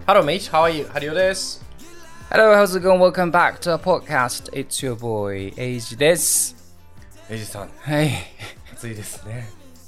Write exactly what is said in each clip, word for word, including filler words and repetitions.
Hello, mate. How are you? ハリオです。 Hello, how's it going? Welcome back to our podcast. It's your boy,エイジです。 エイジさん。 はい。 暑いですね。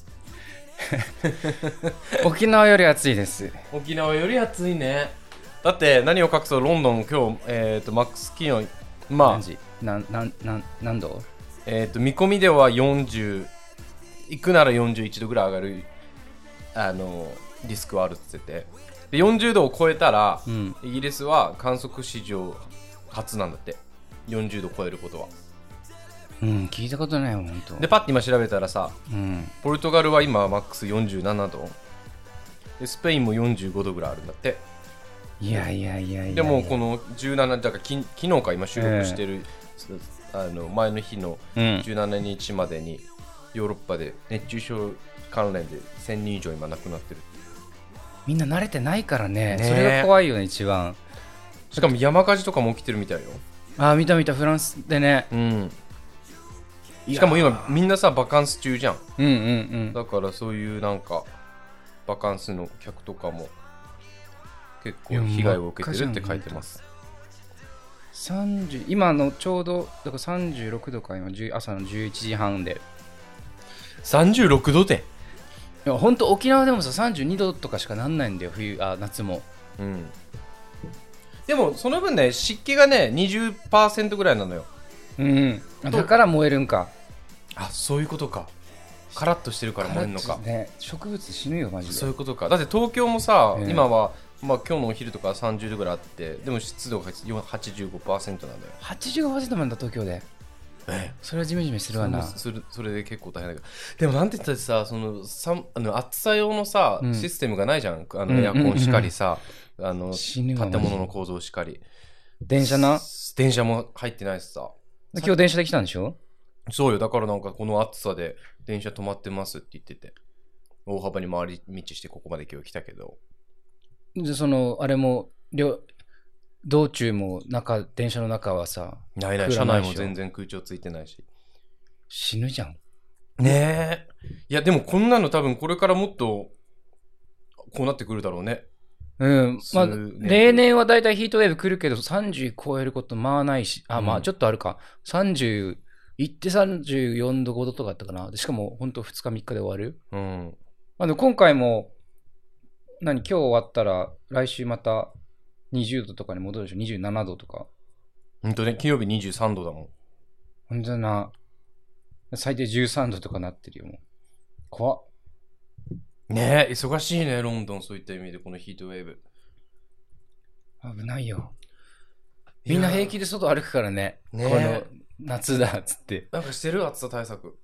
沖縄より暑いです。 沖縄より暑いね。だって何を隠そうロンドン今日、えーと、マックス気温、まあ、 何時ななな何度えーと、見込みではよんじゅう、行くならよんじゅういちどぐらい上がるあのリスクはあるって言ってて。でよんじゅうどを超えたら、うん、イギリスは観測史上初なんだって。よんじゅうど超えることは。 うん、聞いたことないよ、本当。 で、パッて今調べたらさ、うん、ポルトガルは今マックスよんじゅうななどで、スペインもよんじゅうごどぐらいあるんだって。 いやいやいやいやいや。 でもこのじゅうななだからき昨日か今収録してる、えー、あの前の日のじゅうしちにちまでにヨーロッパで熱中症関連でせんにん以上今亡くなってる。 みんな慣れてないから ね, ねそれが怖いよね一番。 しかも山火事とかも起きてるみたいよ。 ああ見た見たフランスでね、うん、 しかも今みんなさバカンス中じゃん、 うんうんうん、 だからそういうなんかバカンスの客とかも結構被害を受けてるって書いてます。 さんじゅう今のちょうどだからさんじゅうろくどか今朝のじゅういちじはんでさんじゅうろくどで、 いや本当沖縄でもささんじゅうにどとかしかなんないんだよ冬あ夏も、うん、 でもその分ね湿気がね にじゅっパーセント ぐらいなのよ、 うん、だから燃えるんか。 あそういうことか。カラッとしてるから燃えるのか、 ね、植物死ぬよマジで。 そういうことか。だって東京もさ、えー、今はまあ、今日のお昼とかさんじゅうどぐらいあってでも湿度が はちじゅうごパーセント なんだよ。 はちじゅうごパーセント なんだ東京で。えそれはジメジメするわな。 それ、それで結構大変だけど、でもなんて言ったってさそのさあの暑さ用のさ、うん、システムがないじゃん。あのエアコンしかりさ、うんうんうんうん、あの建物の構造しかり電車な電車も入ってないしさ。 今日電車で来たんでしょ。 そうよ。だからなんかこの暑さで電車止まってますって言ってて大幅に回り道してここまで今日来たけど、 でそのあれも道中も中電車の中はさないない、車内も全然空調ついてないし死ぬじゃんねえ。いやでもこんなの多分これからもっとこうなってくるだろうね。 うんまあ例年はだいたいヒートウェーブ来るけどさんじゅう超えることまあないし、あ、うん、まあちょっとあるか。さんじゅう行ってさんじゅうよんどごどとかあったかな。しかもほんとふつかみっかで終わる。うん。あの今回も何今日終わったら来週またにじゅうどとかに戻るでしょ。にじゅうななどとか。 ほんとね、金曜日にじゅうさんどだもん。 ほんとだな。最低じゅうさんどとかなってるよもう。怖っ。 ねえ、忙しいねロンドン。そういった意味でこのヒートウェーブ危ないよ。みんな平気で外歩くからね。ねこの夏だっつって。 なんかしてる暑さ対策。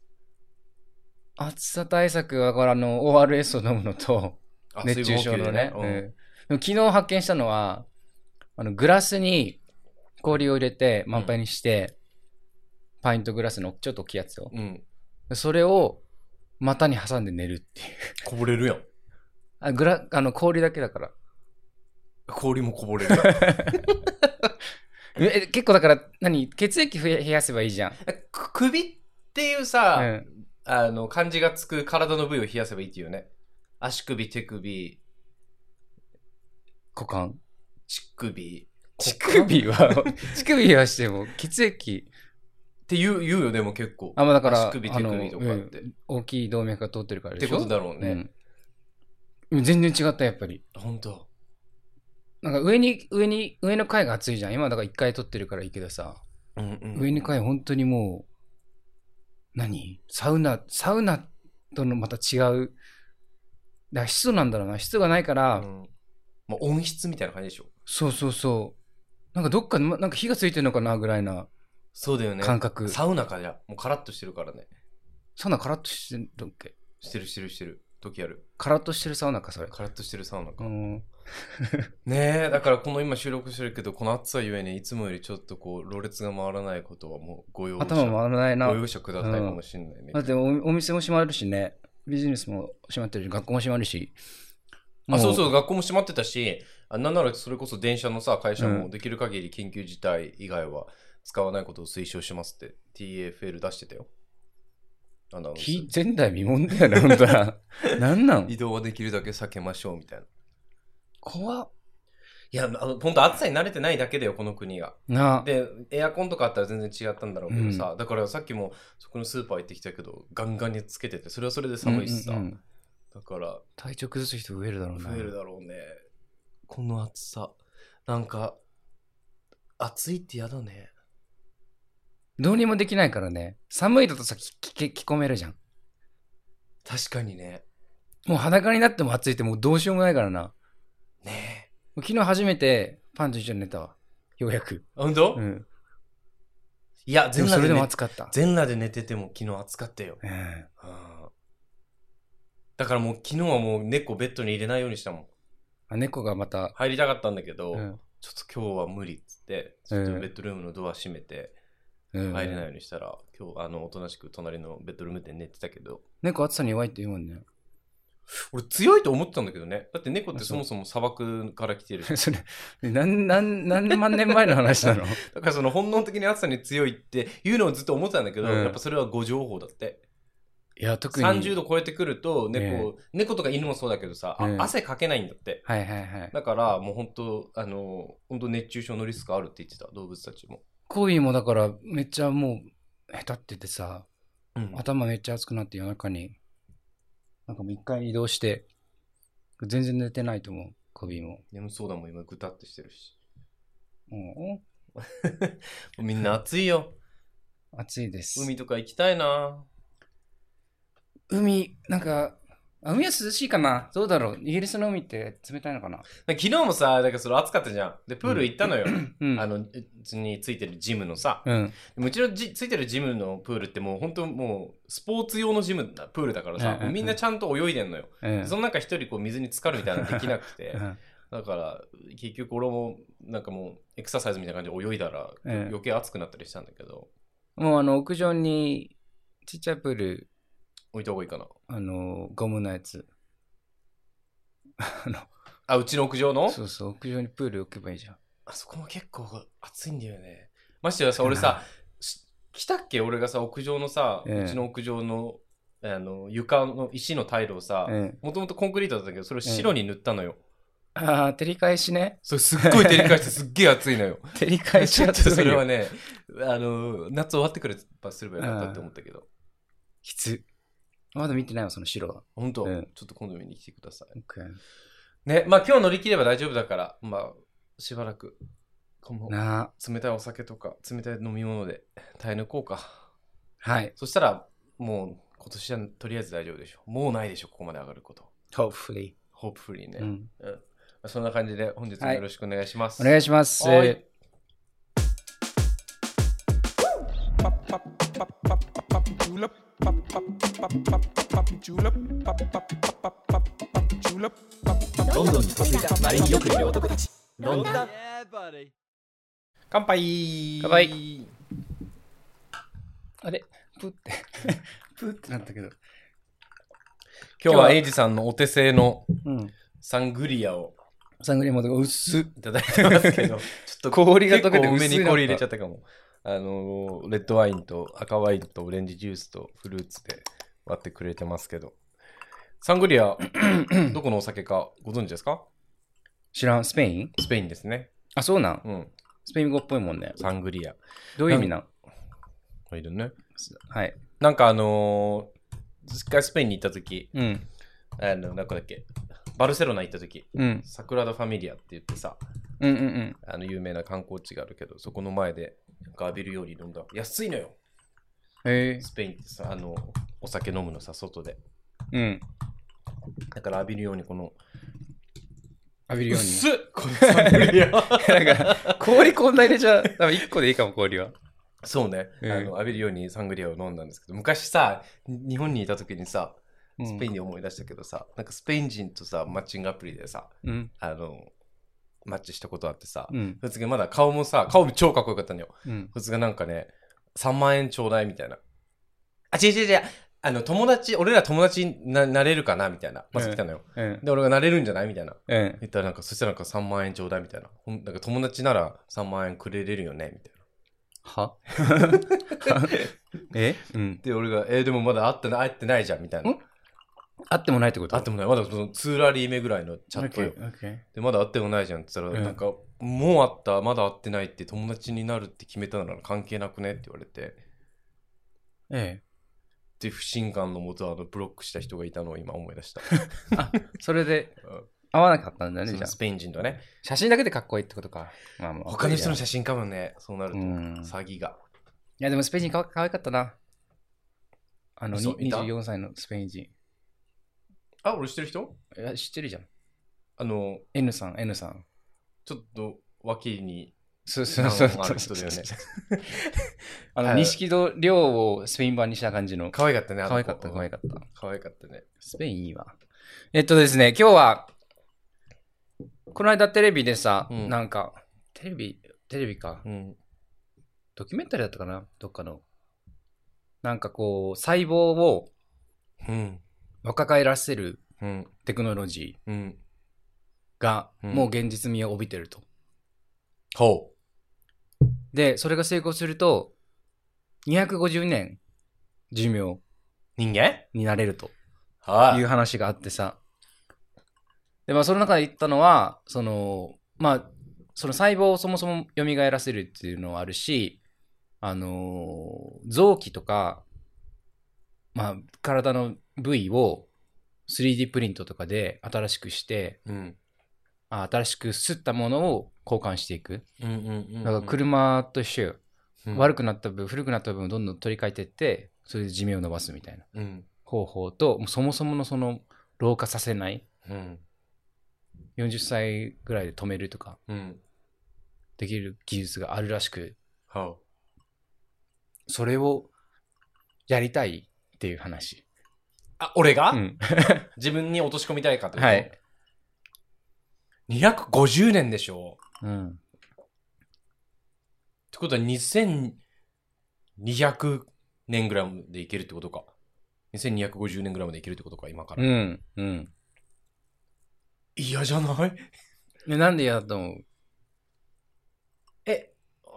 暑さ対策はこれあの オーアールエス を飲むのと熱中症のね、うん、昨日発見したのはあのグラスに氷を入れて満杯にして、うん、パイントグラスのちょっと大きいやつを、うん、それを股に挟んで寝るっていう。 こぼれるやん。 あグラあの氷だけだから。 氷もこぼれるやん。 え結構だから何血液冷やせばいいじゃん。 首っていうさ、うん、あの漢字がつく体の部位を冷やせばいいっていうね。足首、手首、 股間、 乳首。 乳首は乳首はしても血液って言う、言うよでも結構。 あ、まあだから足首、手首とかって、うん、 大きい動脈が通ってるからでしょ。 ってことだろうね。 うん、全然違ったやっぱり。 本当。 なんか上に上に上の階が暑いじゃん。今だから一回取ってるからいいけどさ、うんうん、上の階本当にもう何サウナサウナとのまた違う。だから湿度なんだろうな。湿度がないから、うん、 まあ、温室みたいな感じでしょ。 そうそうそう。なんかどっかになんか火がついてるのかなぐらいな。 そうだよね。 感覚。 サウナかじゃもうカラッとしてるからね。 サウナカラッとしてるっけ？ してるしてるしてる時ある。 カラッとしてるサウナかそれ。 カラッとしてるサウナか。うんねえ、だからこの今収録してるけどこの暑さゆえにいつもよりちょっとこうろれつが回らないことはもうご容赦頭回らないな。 ご容赦くださいかもしれないね、うん、 だって お, お店も閉まるしね、ビジネスも閉まってるし学校も閉まるし。 あ、そうそう学校も閉まってたし、あなんならそれこそ電車のさ会社もできる限り緊急事態以外は使わないことを推奨しますって ティーエフエル 出してたよ。 前代未聞だよね本当は。なんなん移動はできるだけ避けましょうみたいな。 怖っ。 いや、あの本当暑さに慣れてないだけだよ、この国が。 なで、エアコンとかあったら全然違ったんだろうけどさ、うん、だからさっきもそこのスーパー行ってきたけど、ガンガンにつけてて、それはそれで寒いしさ。うんうんうん、だから、 体調崩す人増えるだろうね。 増えるだろうね。この暑さ。なんか、暑いって嫌だね。 どうにもできないからね。寒いとさ、着込めるじゃん。 確かにね。 もう裸になっても暑いってもうどうしようもないからな。 ねえ。昨日初めてパンと一緒に寝たわ。ようやく。 あ、ほんと？ うん。 いや、全裸で、ね、 それでも暑かった。 全裸で寝てても昨日暑かったよ。 うん。 だからもう昨日はもう猫ベッドに入れないようにしたもん。 あ、猫がまた。 入りたかったんだけど、うん、ちょっと今日は無理っつって、ちょっとベッドルームのドア閉めて、入れないようにしたら、うん、今日あのおとなしく隣のベッドルームで寝てたけど。 猫暑さに弱いって言うもんね。 俺強いと思ってたんだけどね。だって猫ってそもそも砂漠から来てるし。 それ、何、何、何万年前の話なの？ だからその本能的に暑さに強いっていうのをずっと思ってたんだけど、うん、やっぱそれは誤情報だって。 いや、特に。 さんじゅうど超えてくると、猫、えー、猫とか犬もそうだけどさ、えー、汗かけないんだって。 はいはいはい。 だからもう本当、あの、本当熱中症のリスクあるって言ってた、動物たちも。 コイもだからめっちゃもう、下手っててさ、うん、頭めっちゃ熱くなって夜中に、なんかもう一回移動して、全然寝てないと思う、コビーも。 眠そうだもん、今、ぐたってしてるし。 うん。 みんな暑いよ。 暑いです。 海とか行きたいな。 海、なんか、海は涼しいかな？どうだろう？イギリスの海って冷たいのかな？ 昨日もさ、なんかそれ暑かったじゃん。で、プール行ったのよ。うん、あの、うちについてるジムのさ。うん。うちのじついてるジムのプールってもう本当もうスポーツ用のジムだ、プールだからさ、うんうんうん、みんなちゃんと泳いでんのよ。うん、その中一人こう水に浸かるみたいなのできなくて。うん、だから、結局俺もなんかもうエクササイズみたいな感じで泳いだら、うん、余計暑くなったりしたんだけど。 もうあの、屋上にちっちゃいプール置いた方がいいかな。 あの、ゴムのやつ。 あの、あ、うちの屋上の？ そうそう、屋上にプール置けばいいじゃん。 あそこも結構暑いんだよね。ましてやさ、俺さ、来たっけ俺がさ、屋上のさ、ええ、うちの屋上の、あの、床の石のタイルをさ、もともとコンクリートだったけど、それを白に塗ったのよ。 ええ、ああ、照り返しね。 それすっごい照り返してすっげえ暑いのよ。 照り返しちょっとそれはね、あの、夏終わってくればすればよかったって思ったけど。 きつ。まだ見てないわ、その白は。 本当、うん、ちょっと今度見に来てください。Okay. ね、まあ今日乗り切れば大丈夫だから、まあしばらく、この冷たいお酒とか冷たい飲み物で耐え抜こうか。 はい。 そしたら、もう今年はとりあえず大丈夫でしょ。もうないでしょ、ここまで上がること。 Hopefully。 Hopefully ね。うん。うん、まあ、そんな感じで本日もよろしくお願いします。 はい、お願いします。 ロンドンに嫁いだまれによくいる男たち。ロンドン。乾杯。 乾杯。あれプーって。プーってなったけど。 今日はエイジさんのお手製のサングリアを、 うん、サングリアも薄っいただいてますけど、ちょっと氷が溶けて薄い。上に氷入れちゃったかも。あのレッドワインと赤ワインとオレンジジュースとフルーツで割ってくれてますけど、サングリアどこのお酒かご存知ですか？ 知らん。スペイン？ スペインですね。 あ、そうなん。 うん。 スペイン語っぽいもんね。 サングリア。 どういう意味なん？ いるね。 はい。 なんかあのー、一回スペインに行った時、 うん。 あのなんかだっけ、バルセロナ行った時、 うん、 サグラダ・ファミリアって言ってさ、 うんうんうん、 あの有名な観光地があるけど、そこの前で浴びるように飲んだ。安いのよ。 へえ。 スペインってさ、あのお酒飲むのさ、外で。 うん。 だから浴びるようにこの浴びるように。 薄っこのサングリア。 なんか氷こんな入れちゃう。多分いっこでいいかも、氷は。 そうね、うん、あの浴びるようにサングリアを飲んだんですけど、昔さ、日本にいた時にさ、スペインで思い出したけどさ、うん、なんかスペイン人とさ、マッチングアプリでさ、 うん、 あのマッチしたことあってさ、 うん、 普通がまだ顔もさ、顔超かっこよかったのよ。 うん、 普通がなんかね、さんまんえんちょうだいみたいな。あ、違う違う違う、あの友達、俺ら友達に な, なれるかなみたいな。まず来たのよ、 うん。 で、俺がなれるんじゃないみたいな。 うん、 言ったらなんか、そしたらなんかさんまんえんちょうだいみたいな。ほんなんか友達ならさんまんえんくれれるよねみたいな。 はえ、うん、 で、俺が、えー、でもまだ会ってない、会ってないじゃんみたいな。 会ってもないってこと？ 会ってもない。まだそのツーラリー目ぐらいのチャットよ。 Okay, okay. で、まだ会ってもないじゃんって言ったら、うん、なんか、もう会った、まだ会ってないって友達になるって決めたなら関係なくねって言われて。 ええ。 で、不信感のもとあのブロックした人がいたのを今思い出した。 あ、それで会わなかったんだね、じゃあ。 スペイン人とね。 写真だけでかっこいいってことか。 まあ、まあ、他の人の写真かもね、そうなると、詐欺が。 いや、でもスペイン人かわいかったな。あの、にじゅうよんさいのスペイン人。 あ、俺知ってる人？ いや、知ってるじゃん。 あの、 N さん、N さん。 ちょっと脇に、 そうそうそう。 ある人だよね。 あの、錦戸亮をスペイン版にした感じの。 可愛かったね。 可愛かった、可愛かった。 可愛かったね。 スペインいいわ。えっとですね、今日は、この間テレビでさ、うん、なんか、テレビ、テレビか。うん、ドキュメンタリーだったかな？どっかの。なんかこう、細胞を、うん。若返らせるテクノロジーがもう現実味を帯びてると。 ほう。で、それが成功すると、にひゃくごじゅうねん寿命人間になれるとはいう話があってさ。で、まあその中で言ったのは、その、まあ、その細胞をそもそも蘇らせるっていうのはあるし、あの、臓器とか、まあ、体の部位を スリーディー プリントとかで新しくして、うん、新しく吸ったものを交換していく。うんうんうんうん、だから車と一緒よ、うん。悪くなった分、古くなった分をどんどん取り替えていって、それで寿命を伸ばすみたいな、うん、方法と、そもそものその老化させない、うん、よんじゅっさいぐらいで止めるとか、うん、できる技術があるらしく、 はあ、 それをやりたいっていう話。 あ、俺が、うん、自分に落とし込みたいかってこと？ はい。 にひゃくごじゅうねんでしょ？うん。ってことはにせんにひゃくねんぐらいでいけるってことか。にせんにひゃくごじゅうねんぐらいまでいけるってことか、今から。 うん。うん。 嫌じゃない？ ね、なんで嫌だと思う？ え、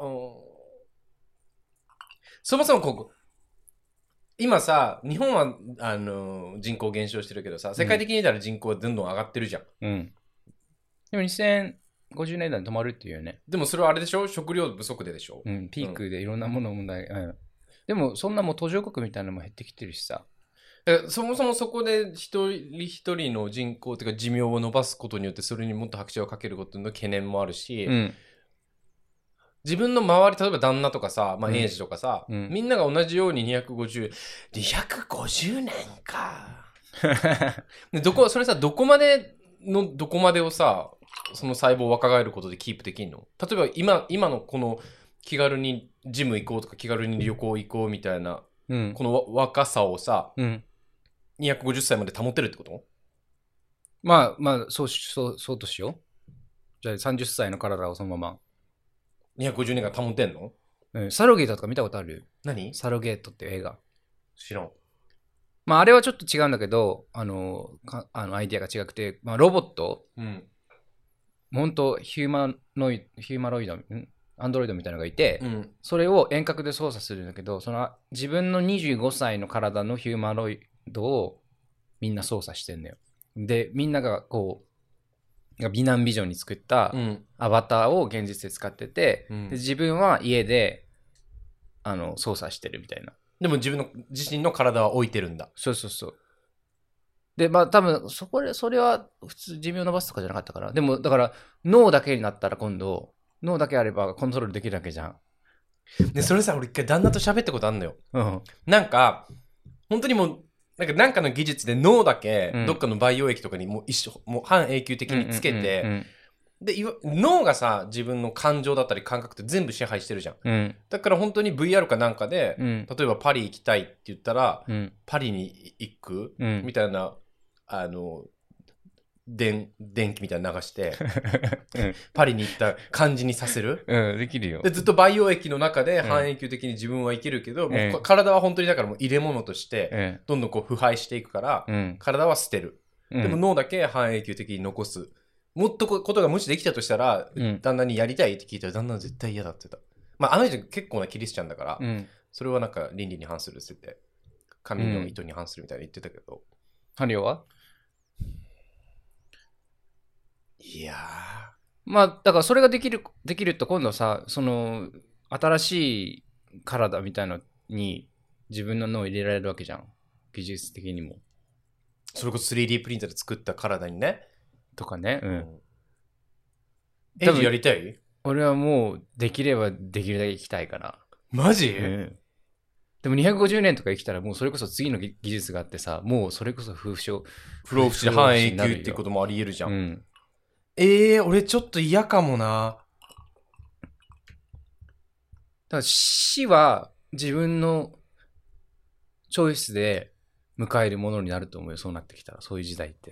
そもそもここ、今さ、日本はあの人口減少してるけどさ、世界的に見たら人口はどんどん上がってるじゃん。 うん。でもにせんごじゅうねんだいに止まるっていうよね。 でもそれはあれでしょ？食料不足ででしょ？ うん、ピークでいろんなもの問題。うん。でもそんなもう途上国みたいなのも減ってきてるしさ。 え、そもそもそこで一人一人の人口というか寿命を伸ばすことによってそれにもっと拍車をかけることの懸念もあるし、うん、自分の周り、例えば旦那とかさ、まあ、エイジとかさ、うん、みんなが同じようににひゃくごじゅう、にひゃくごじゅうねんか。でどこ、それさ、どこまでの、どこまでをさ、その細胞を若返ることでキープできんの？例えば今、今のこの気軽にジム行こうとか気軽に旅行行こうみたいな、うん、この若さをさ、うん、にひゃくごじゅっさいまで保てるってこと？ まあまあ、そう、そう、そうとしよう。じゃあさんじゅっさいの体をそのまま。 にひゃくごじゅうねん間保てんの？ うん、サロゲートとか見たことある？ 何？ サロゲートっていう映画。 知らん。 まああれはちょっと違うんだけど、あの、かあのアイディアが違くて、まあロボット、うん、本当ヒューマノイド、ヒューマロイド、んアンドロイドみたいなのがいて、うん、それを遠隔で操作するんだけど、その自分のにじゅうごさいの体のヒューマロイドをみんな操作してんだよ。で、みんながこう、美男美女に作ったアバターを現実で使ってて、うん、で自分は家であの操作してるみたいな。 でも自分の自身の体は置いてるんだ。 そうそうそう。で、まあ多分そこで、それは普通寿命を伸ばすとかじゃなかったから。でもだから脳だけになったら今度、脳だけあればコントロールできるわけじゃん。 で、それさ、俺一回旦那と喋ったことあんのよ。 うん。 なんか、本当にもう、なんかなんかの技術で脳だけどっかの培養液とかにもう一緒、もう半永久的につけて、で、脳がさ、自分の感情だったり感覚って全部支配してるじゃん。うん、だから本当に ブイアール かなんかで、うん、例えばパリ行きたいって言ったら、うん、パリに行く、うん、みたいな、あの、電、電気みたいなの流して、うん、パリに行った感じにさせる。 うん、できるよ。 で、ずっと培養液の中で半永久的に自分は生きるけど、うん、もう体は本当にだからもう入れ物として、どんどんこう腐敗していくから、うん、体は捨てる。でも脳だけ半永久的に残す。もっとことがもしできたとしたら、うん、旦那にやりたいって聞いたら、旦那は絶対嫌だって言った。まあ、あの人結構なキリスチャンだから、うん、それはなんか倫理に反するって言って、神の意図に反するみたいに言ってたけど、 ハリオはいやー。 まあ、だからそれができる、できると今度さ、その、新しい体みたいのに自分の脳を入れられるわけじゃん。技術的にも。 それこそ スリーディー プリンターで作った体にね。 とかね。うん。 エイジやりたい？ 俺はもう、できればできるだけ行きたいから。 マジ？ うん。でもにひゃくごじゅうねんとか生きたらもうそれこそ次の技術があってさ、もうそれこそ不詳、 不老不死で半永久っていうこともあり得るじゃん。 うん。 ええー、俺ちょっと嫌かもな。 だから死は自分のチョイスで迎えるものになると思うよ。そうなってきたら、そういう時代って。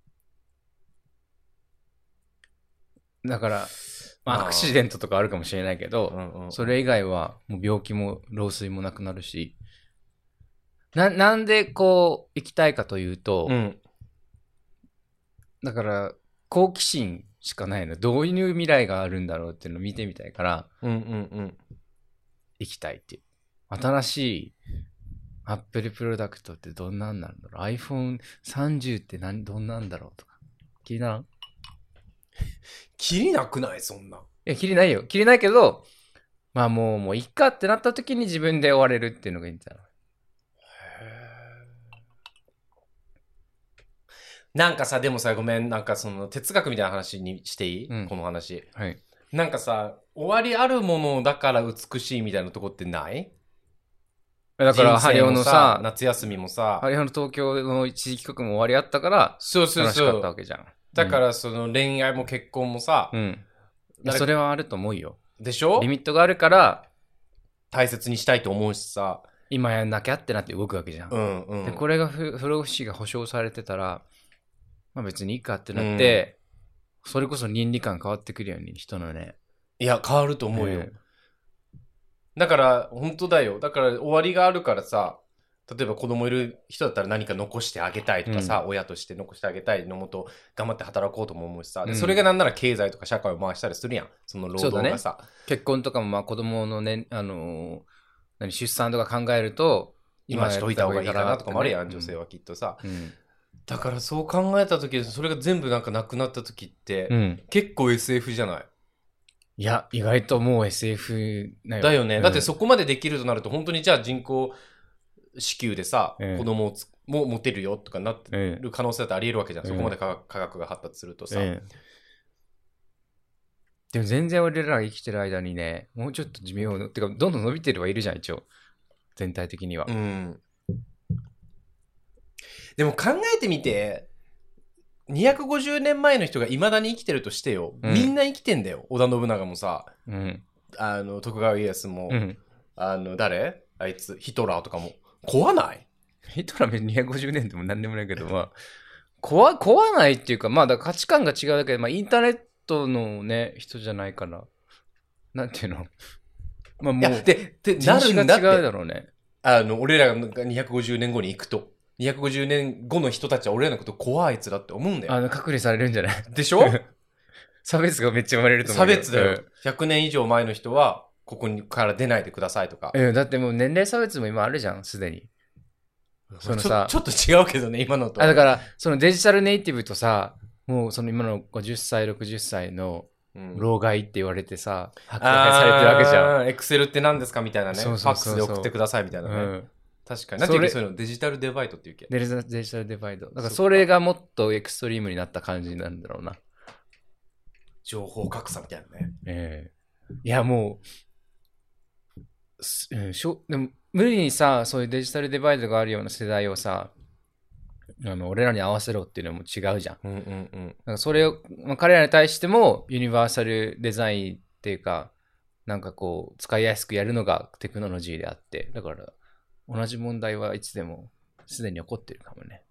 だから、まあ、アクシデントとかあるかもしれないけど、うんうんうん、それ以外はもう病気も老衰もなくなるし、な、なんでこう生きたいかというと、うん、だから好奇心しかないの。どういう未来があるんだろうっていうのを見てみたいから、うんうんうん、生きたいっていう。新しいアップルプロダクトってどんなんなんだろう。 アイフォンサーティー って何どんなんだろうとか。気にならん？ 気になくない？そんな。いや、気にないよ。気にないけど、まあもう、もういっかってなった時に自分で終われるっていうのがいいんだろう。 なんかさ、でもさ、ごめん、なんかその哲学みたいな話にしていい？うん、この話。はい。なんかさ、終わりあるものだから美しいみたいなとこってない？ だから、ハリオのさ、 夏休みもさ、 ハリオの東京の一時帰国も終わりあったから、 そうそうそう。 楽しかったわけじゃん。 だからその恋愛も結婚もさ、うん。 それはあると思うよ。 でしょ？ リミットがあるから、 大切にしたいと思うしさ。 今やんなきゃってなって動くわけじゃん。うんうん。で、これが不老不死が保証されてたら、まあ別にいいかってなって、うん、それこそ倫理観変わってくるように、人のね。 いや、変わると思うよ。えー、だから、本当だよ。だから終わりがあるからさ、例えば子供いる人だったら何か残してあげたいとかさ、うん、親として残してあげたいのもと頑張って働こうとも思うしさ、でそれがなんなら経済とか社会を回したりするやん、その労働がさ。 ね、結婚とかもまあ子供のね、あのー、何出産とか考えると、 今しといた方がいいかなとかもあるやん、女性はきっとさ。うんうんだからそう考えたとき、それが全部なんかなくなったときって、うん、結構 エスエフ じゃない？ いや、意外ともう エスエフだよ。だよね、うん。だってそこまでできるとなると、本当にじゃあ人口支給でさ、うん、子供をつも持てるよとかなってる可能性だってあり得るわけじゃん。うん、そこまで科学、科学が発達するとさ、うん。 でも全然俺らが生きてる間にね、もうちょっと寿命の、てかどんどん伸びてるはいるじゃん、一応。全体的には。うん。 でも考えてみて、にひゃくごじゅうねんまえの人が未だに生きてるとしてよ、うん、みんな生きてんだよ。織田信長もさ、うん、あの徳川家康も、うん、あの誰あいつヒトラーとかも怖ない？ ヒトラーにひゃくごじゅうねんでも何でもないけど、まあ怖怖ないっていうか、まあだから価値観が違うだけで、まあインターネットのね人じゃないから、なんていうの、まあもうででなるんだって。 違うだろうね。 あの俺らがにひゃくごじゅうねんごに行くと。にひゃくごじゅうねんごの人たちは俺らのこと怖いあいつだって思うんだよ。 あの、隔離されるんじゃないでしょ差別がめっちゃ生まれると思う。 差別だよ、うん。ひゃくねん以上前の人は、ここから出ないでくださいとか。 うん、だってもう年齢差別も今あるじゃん、すでに。 そのさちょ、ちょっと違うけどね、今のと。 あ、だから、そのデジタルネイティブとさ、もうその今のごじゅっさい、ろくじゅっさいの老害って言われてさ、 うん、迫害されてるわけじゃん。エクセルって何ですかみたいなね。そうそうそうそう。ファックスで送ってくださいみたいなね。うん確かに。なんていうそういうのデジタルデバイドっていうっけデジタルデバイド。だからそれがもっとエクストリームになった感じなんだろうな。 情報格差みたいなね。 ええー、いやもう、うん、しょでも無理にさ、そういうデジタルデバイドがあるような世代をさ、あの俺らに合わせろっていうのも違うじゃん。うんうんうん、だからそれを、まあ、彼らに対してもユニバーサルデザインっていうか、なんかこう使いやすくやるのがテクノロジーであって、だから同じ問題はいつでもすでに起こってるかもね。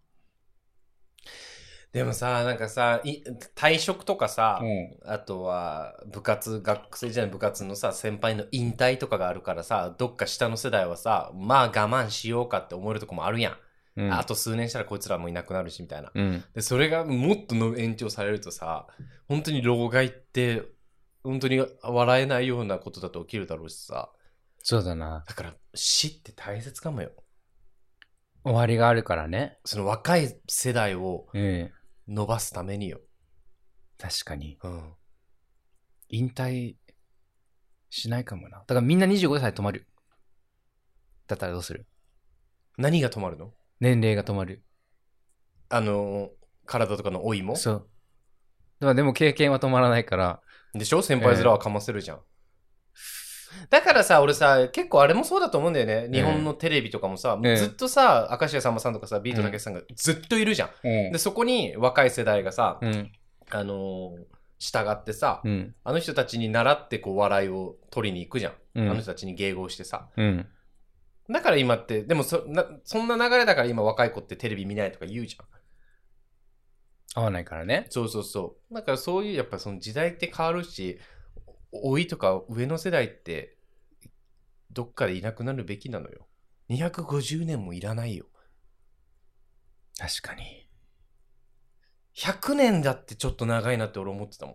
でもさ、なんかさ、退職とかさ、うん、あとは部活、学生じゃない部活のさ、先輩の引退とかがあるからさ、どっか下の世代はさ、まあ我慢しようかって思えるとこもあるやん。うん、あと数年したらこいつらもいなくなるしみたいな。うん、でそれがもっとの延長されるとさ、本当に老害って本当に笑えないようなことだと起きるだろうしさ。 そうだな。 だから死って大切かもよ。 終わりがあるからね。 その若い世代をええ。 伸ばすためによ。 確かに。 うん。 引退しないかもな。だからみんなにじゅうごさいで止まる。だったらどうする？ 何が止まるの？ 年齢が止まる。 あの、体とかの老いも？ そう。だからでも経験は止まらないから。 でしょ？先輩面はかませるじゃん。えー、だからさ、俺さ、結構あれもそうだと思うんだよね。日本のテレビとかもさ、えー、ずっとさ、明石家さんまさんとかさ、ビートたけしさんがずっといるじゃん。うん、で、そこに若い世代がさ、うん、あのー、従ってさ、うん、あの人たちに習ってこう笑いを取りに行くじゃん。うん、あの人たちに迎合してさ。うん、だから今って、でも そ, なそんな流れだから今若い子ってテレビ見ないとか言うじゃん。 合わないからね。 そうそうそう。だからそういうやっぱその時代って変わるし、老いとか上の世代ってどっかでいなくなるべきなのよ。にひゃくごじゅうねんもいらないよ。 確かに。 ひゃくねんだってちょっと長いなって俺思ってたもん。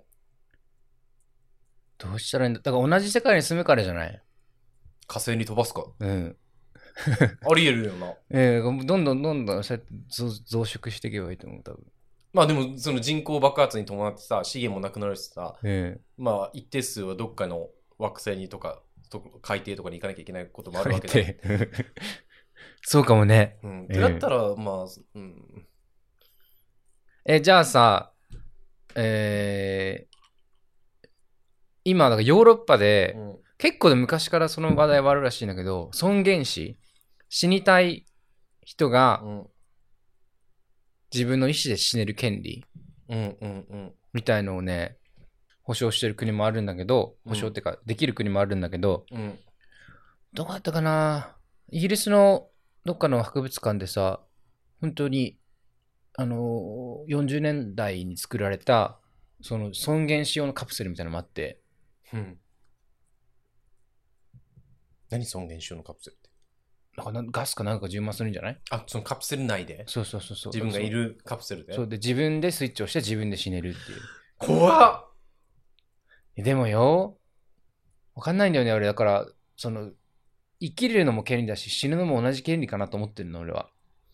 どうしたらいいんだ。だから同じ世界に住むからじゃない？ 火星に飛ばすか。 うん。 ありえるよな。 ええー、どんどんどんどんそうやって増殖していけばいいと思う、多分。 まあでもその人口爆発に伴ってさ、資源もなくなるしさ、えー、まあ一定数はどっかの惑星にとか、海底とかに行かなきゃいけないこともあるわけだ。 そうかもね。 うん。だったら、えー、まあ、うん。 え、じゃあさ、えー、今、だからヨーロッパで、うん、結構で昔からその話題はあるらしいんだけど、尊厳死、死にたい人が、うん、自分の意思で死ねる権利、うんうんうん、みたいのをね、保障してる国もあるんだけど、保障っていうか、うん、できる国もあるんだけど、うん、どうだったかな？イギリスのどっかの博物館でさ、本当に、あのー、よんじゅうねんだいに作られた、その尊厳死用のカプセルみたいなのもあって、うん、 何尊厳死用のカプセルって？ なんかガスかなんか充満するんじゃない？ あ、そのカプセル内で？ そうそうそうそう。 自分がいるカプセルで？ そうで、自分でスイッチをして自分で死ねるっていう。 怖っ！ でもよ、わかんないんだよね、俺。だから、その、生きるのも権利だし、死ぬのも同じ権利かなと思ってるの、俺は。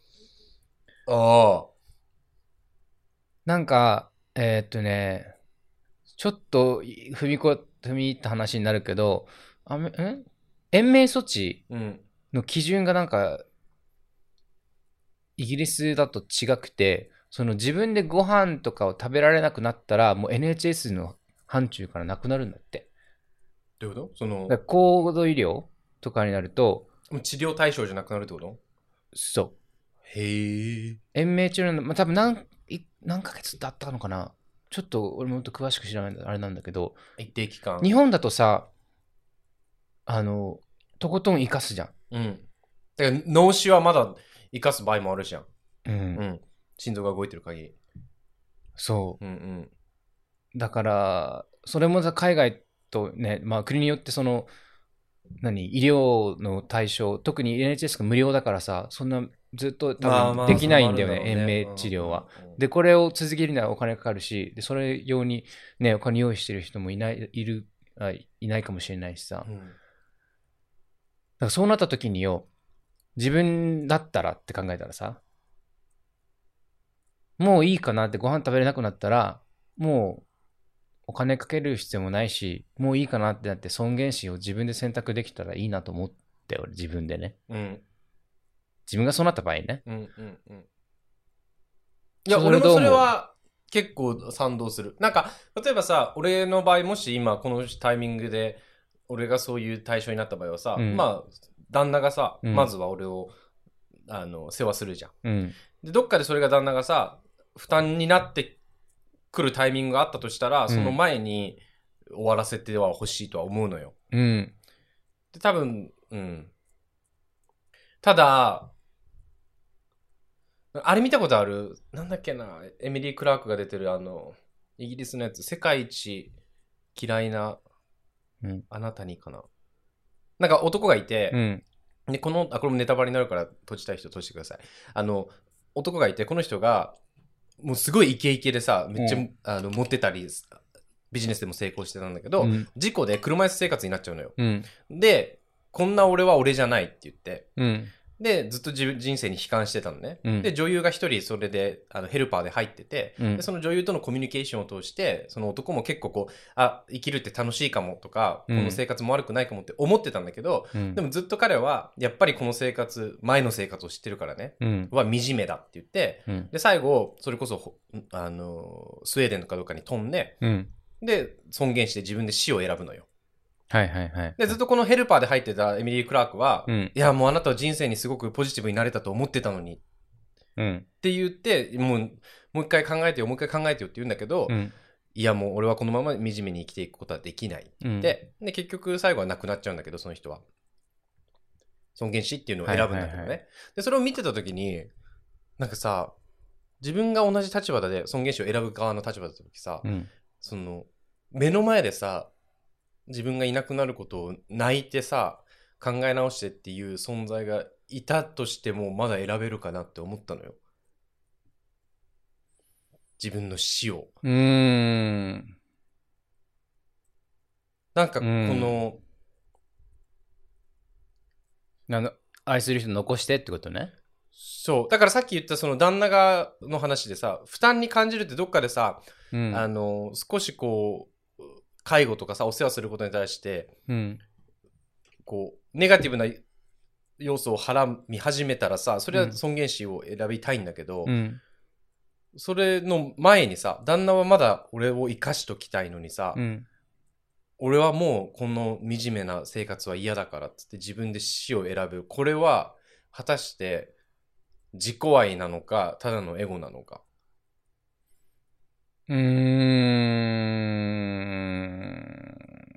ああ。 なんか、えー、っとね、ちょっと踏みこ、踏み入った話になるけど、あめん延命措置の基準がなんか、イギリスだと違くて、その自分でご飯とかを食べられなくなったら、もう エヌエイチエス の範疇からなくなるんだって。 どういうこと？その高度医療とかになると、 治療対象じゃなくなるってこと？ そう。 へえ。 延命中の、まあ、多分何、何ヶ月だったのかな？ちょっと俺もっと詳しく知らないあれなんだけど、 一定期間。 日本だとさ、あの、とことん生かすじゃん。 うん。だから脳死はまだ生かす場合もあるじゃん。 うん。うん。 心臓が動いてる限り。 そう。 うんうん。 だから、それもさ、海外とね、まあ国によってその、何、医療の対象、特に エヌエイチエス が無料だからさ、そんなずっと多分できないんだよね、まあまあね、延命治療は、うんうんうん。で、これを続けるにはお金かかるし、で、それ用にね、お金用意してる人もいない、いる、いないかもしれないしさ。うん、だからそうなった時によ、自分だったらって考えたらさ、もういいかなってご飯食べれなくなったら、もうお金かける必要もないし、もういいかなってなって尊厳死を自分で選択できたらいいなと思って、俺自分でね。うん。自分がそうなった場合ね。うんうんうん。 いや、俺もそれは結構賛同する。なんか、例えばさ、俺の場合もし今このタイミングで俺がそういう対象になった場合はさ、うん、まあ、旦那がさ、うん、まずは俺をあの世話するじゃん、うん。で、どっかでそれが旦那がさ、負担になって来るタイミングがあったとしたら、その前に終わらせては欲しいとは思うのよ。うん。で、多分、うん。ただ、あれ見たことある？なんだっけな、エミリー・クラークが出てるあの、イギリスのやつ、世界一嫌いな、うん、あなたにかな。なんか男がいて、うん、で、この、あ、これもネタバレになるから閉じたい人閉じてください。あの、男がいて、この人が、もうすごいイケイケでさ、めっちゃ、うん、あの持ってたり、ビジネスでも成功してたんだけど、うん、事故で車椅子生活になっちゃうのよ、うん。で、こんな俺は俺じゃないって言って、うん、 でずっと自分人生に悲観してたのね、 うん、 で女優が一人それであのヘルパーで入ってて、うん、でその女優とのコミュニケーションを通してその男も結構こうあ生きるって楽しいかもとか、うん、この生活も悪くないかもって思ってたんだけど、うん、でもずっと彼はやっぱりこの生活前の生活を知ってるからね、うん、は惨めだって言って、うん、で最後それこそあのスウェーデンとかどっかに飛んで、うん、で尊厳死で自分で死を選ぶのよ。 はいはいはい。 で、ずっとこのヘルパーで入ってたエミリー・クラークは、うん、いや、もうあなたは人生にすごくポジティブになれたと思ってたのに。うん。って言って、もう、もう一回考えてよ、もう一回考えてよって言うんだけど、うん、いや、もう俺はこのまま惨めに生きていくことはできない。うん、で、で、結局最後は亡くなっちゃうんだけど、その人は。尊厳死っていうのを選ぶんだけどね。はいはいはい、で、それを見てたときに、なんかさ、自分が同じ立場で尊厳死を選ぶ側の立場だったときさ、うん、その、目の前でさ、自分がいなくなることを泣いてさ考え直してっていう存在がいたとしてもまだ選べるかなって思ったのよ。自分の死を。うーん。なんかこのあの愛する人残してってことね。 そうだからさっき言ったその旦那がの話でさ負担に感じるってどっかでさ、うん、あの少しこう介護とかさお世話することに対して、うん、こうネガティブな要素をはらみ始めたらさそれは尊厳死を選びたいんだけど、うん、それの前にさ旦那はまだ俺を生かしときたいのにさ、うん、俺はもうこの惨めな生活は嫌だからっつって自分で死を選ぶ。これは果たして自己愛なのかただのエゴなのか。 うーん。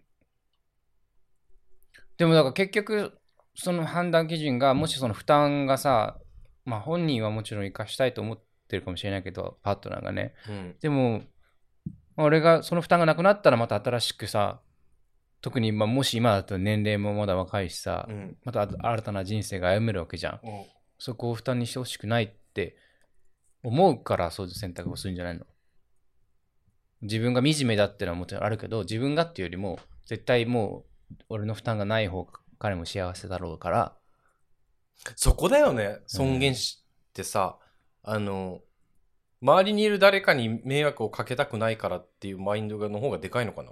でもだから結局その判断基準がもしその負担がさ、まあ本人はもちろん生かしたいと思ってるかもしれないけどパートナーがね、うん、でも俺がその負担がなくなったらまた新しくさ特にまあもし今だったら年齢もまだ若いしさ、うん、また新たな人生が歩めるわけじゃん、うん、そこを負担にしてほしくないって思うからそういう選択をするんじゃないの。自分が惨めだってのはもちろんあるけど自分がっていうよりも絶対もう俺の負担がない方が彼も幸せだろうからそこだよね尊厳死ってさ、うん、あの周りにいる誰かに迷惑をかけたくないからっていうマインドの方がでかいのかな。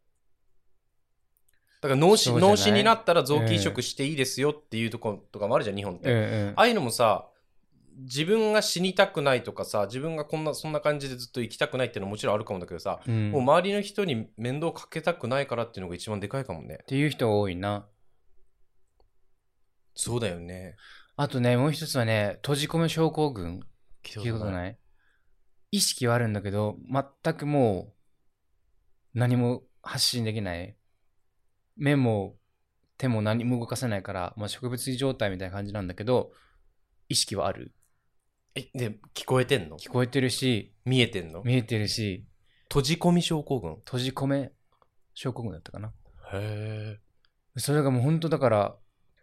だから脳死、脳死になったら臓器移植していいですよっていうところとかもあるじゃん日本って、ええ、ああいうのもさ自分が死にたくないとかさ自分がこんなそんな感じでずっと生きたくないっていうのももちろんあるかもだけどさ、うん、もう周りの人に面倒かけたくないからっていうのが一番でかいかもねっていう人が多いな。 そうだよね。 あとねもう一つはね閉じ込め症候群聞いたことない？意識はあるんだけど全くもう何も発信できない目も手も何も動かせないから、まあ、植物状態みたいな感じなんだけど意識はある。 えで聞こえてんの？ 聞こえてるし見えてんの？ 見えてるし。 閉じ込み症候群？ 閉じ込め症候群だったかな。 へえ。それがもう本当だから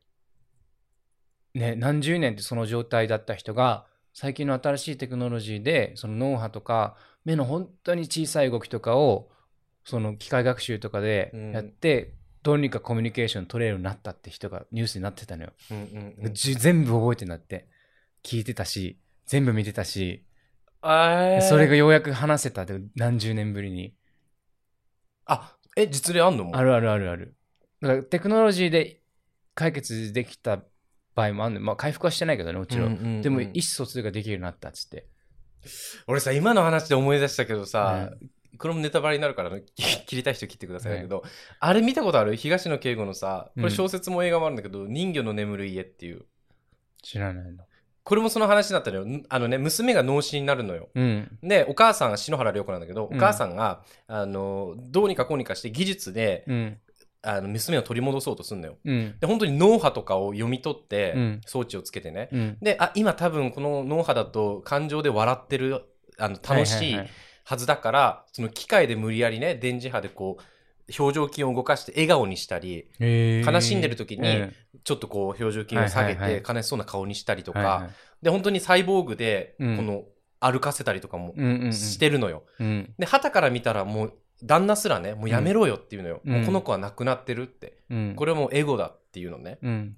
ね何十年ってその状態だった人が最近の新しいテクノロジーでその脳波とか目の本当に小さい動きとかをその機械学習とかでやって、うん、どうにかコミュニケーション取れるようになったって人がニュースになってたのよ、うんうんうん、全部覚えてなって聞いてたし全部見てたし、あそれがようやく話せたって何十年ぶりに。 あえ実例あんの？もあるあるあるある。だからテクノロジーで解決できた場合もあるの。まあ回復はしてないけどねもちろん、うんうんうん、でも意思疎通ができるようになったっつって。 俺さ今の話で思い出したけどさ、うんこれもネタバレになるから切りたい人切ってくださいだけど、はい、あれ見たことある？東野圭吾のさこれ小説も映画もあるんだけど、うん、人魚の眠る家っていう。 知らないの。 これもその話だったのよ。あのね娘が脳死になるのよ、うん、でお母さん篠原涼子なんだけど、うん、お母さんがあのどうにかこうにかして技術で、うん、あの娘を取り戻そうとするのよ、うん、で本当に脳波とかを読み取って、うん、装置をつけてね、うん、であ今多分この脳波だと感情で笑ってるあの楽しい、はいはいはいはずだからその機械で無理やりね電磁波でこう表情筋を動かして笑顔にしたり、悲しんでる時にちょっとこう表情筋を下げて悲しそうな顔にしたりとか、はいはい、で本当にサイボーグでこの歩かせたりとかもしてるのよ、うんうんうん、で旗から見たらもう旦那すらねもうやめろよっていうのよ、うん、もうこの子は亡くなってるって、うん、これはもうエゴだっていうのね、うん、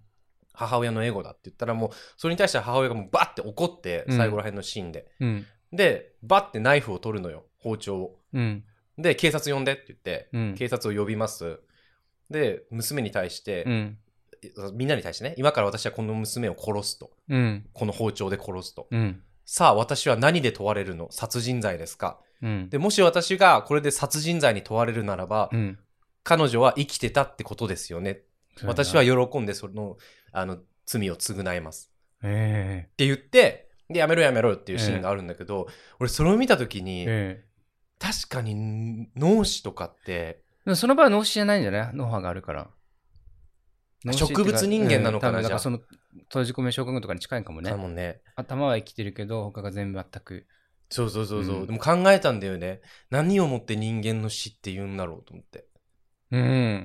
母親のエゴだって言ったら、もうそれに対して母親がもうバッて怒って、最後らへんのシーンで、うん、でバッてナイフを取るのよ、包丁を、うん、で警察呼んでって言って、うん、警察を呼びます。で娘に対して、うん、みんなに対してね、今から私はこの娘を殺すと、うん、この包丁で殺すと、うん、さあ私は何で問われるの？殺人罪ですか、うん、でもし私がこれで殺人罪に問われるならば、うん、彼女は生きてたってことですよね。私は喜んでそのあの罪を償います、えー、って言ってでやめろやめろっていうシーンがあるんだけど、えー、俺それを見た時に、えー、確かに脳死とかってその場合は脳死じゃないんじゃない？脳波があるから。 植物人間なのかな、うん、じゃあ。 その閉じ込め症候群とかに近いかもね。 かもね。 頭は生きてるけど他が全部全く。 そうそうそうそう、うん、でも考えたんだよね。何をもって人間の死って言うんだろうと思って。うん。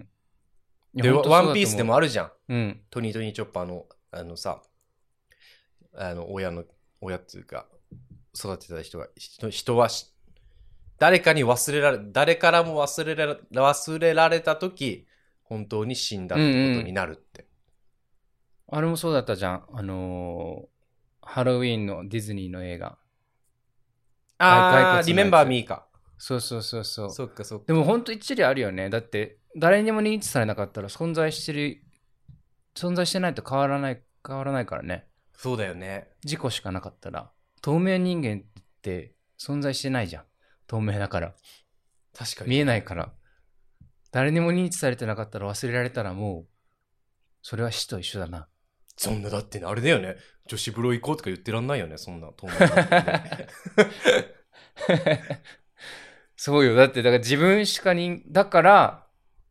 でワンピースでもあるじゃん。うん。トニートニーチョッパーのあのさ、あの親の親っていうか育てた人が人人は誰かに忘れられ誰からも忘れられ忘れられた時本当に死んだってことになるって、 うんうん、あれもそうだったじゃん。あのー、ハロウィーンのディズニーの映画。 ああ、リメンバーミーか。 そうそうそうそう。 そっかそっか。 でも本当一理あるよね。だって誰にも認知されなかったら存在してる存在してないと変わらない変わらないからね。 そうだよね。 事故しかなかったら透明人間って存在してないじゃん。透明だから。 確かに。 見えないから。誰にも認知されてなかったら忘れられたらもうそれは死と一緒だな。 そんなだってあれだよね。女子風呂行こうとか言ってらんないよね。そんな透明な、ね、 そうよ。だってだから自分しかにだから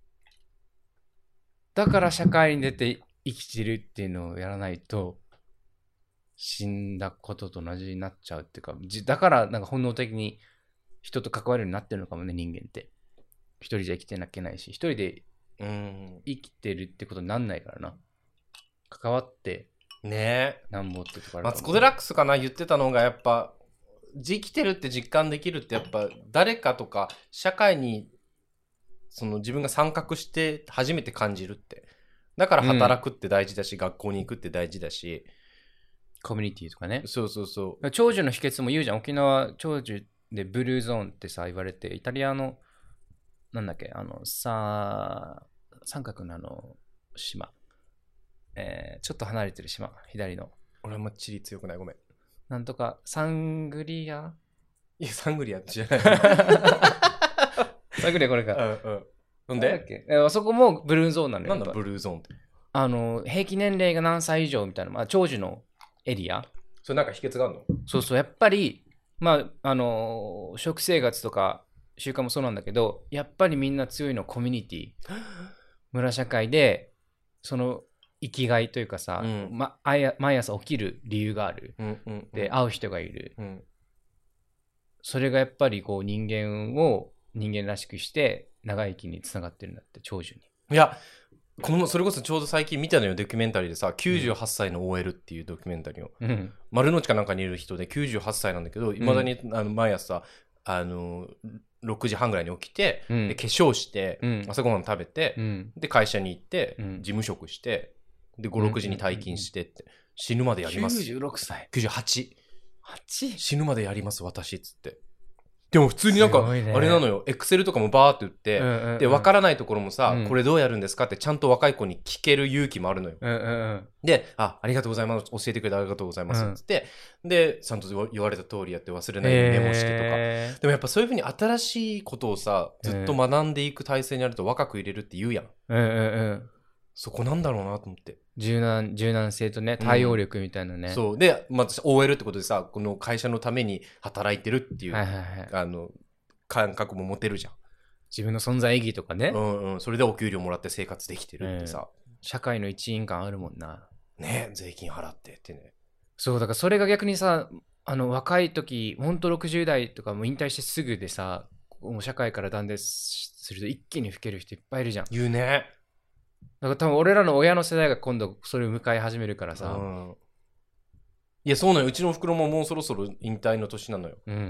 だから社会に出て生きてるっていうのをやらないと死んだことと同じになっちゃうっていうか、だからなんか本能的に人と関わるようになってるのかもね、人間って。一人じゃ生きてなきゃいけないし、一人で生きてるってことになんないからな。関わってねえなんぼってとこある。 マツコ・デラックスかな言ってたのがやっぱ生きてるって実感できるってやっぱ誰かとか社会にその自分が参画して初めて感じるって。だから働くって大事だし、うん、学校に行くって大事だし、 コミュニティとかね。 そうそうそう。 長寿の秘訣も言うじゃん。沖縄長寿でブルーゾーンってさ言われて、イタリアのなんだっけあのさ三角のあの島、えー、ちょっと離れてる島左の。 俺はあんま地理強くない、ごめん。 なんとかサングリア。 いやサングリアじゃない。 サングリアこれか。 うんうん。なんで？ なんだっけ？あそこもブルーゾーンなのよ。 なんだブルーゾーンって。 あの平均年齢が何歳以上みたいな、まあ、長寿のエリア。 それなんか秘訣があるの？ そうそう、やっぱりまああの食生活とか習慣もそうなんだけど、やっぱりみんな強いのはコミュニティ。村社会でその生きがいというかさ、うんま、毎朝起きる理由がある、うんうんうん、で会う人がいる、うん、それがやっぱりこう人間を人間らしくして長生きにつながってるんだって、長寿に。 いやこのそれこそちょうど最近見たのよ、ドキュメンタリーでさ、きゅうじゅうはっさいの オーエル っていうドキュメンタリーを、うん、丸の内かなんかにいる人できゅうじゅうはっさいなんだけど、いまだに、うん、あの毎朝あのろくじはんぐらいに起きて、うん、で化粧して、うん、朝ごはん食べて、うん、で会社に行って、うん、事務職してでご、ろくじに退勤してって、死ぬまでやります。 きゅうじゅうろくさいきゅうじゅうはちはち死ぬまでやります私っつって。でも普通になんか、ね、あれなのよ、エクセルとかもバーって打って、うんうんうん、で分からないところもさ、うん、これどうやるんですかってちゃんと若い子に聞ける勇気もあるのよ、うんうんうん、で、あ、ありがとうございます、教えてくれてありがとうございますっつって、うん、でちゃんと言われた通りやって忘れないようにメモしてとか、えー、でもやっぱそういう風に新しいことをさずっと学んでいく体制にあると若く入れるって言うやん、うんうんうん、そこなんだろうなと思って。 柔軟、柔軟性とね、対応力みたいなね、 うん、そうで、まあ、オーエル ってことでさ、この会社のために働いてるっていう、はいはいはい、あの感覚も持てるじゃん。 自分の存在意義とかね、 うんうん、それでお給料もらって生活できてるってさ、 えー、社会の一員感あるもんな。 ね、税金払ってってね。 そうだからそれが逆にさ、あの若い時ほんとろくじゅう代とかも引退してすぐでさ、もう社会から断絶すると一気に老ける人いっぱいいるじゃん。 言うね。 だから多分俺らの親の世代が今度それを迎え始めるからさ、うん、 いやそうなのよ。うちのおふくろももうそろそろ引退の年なのよ、うん、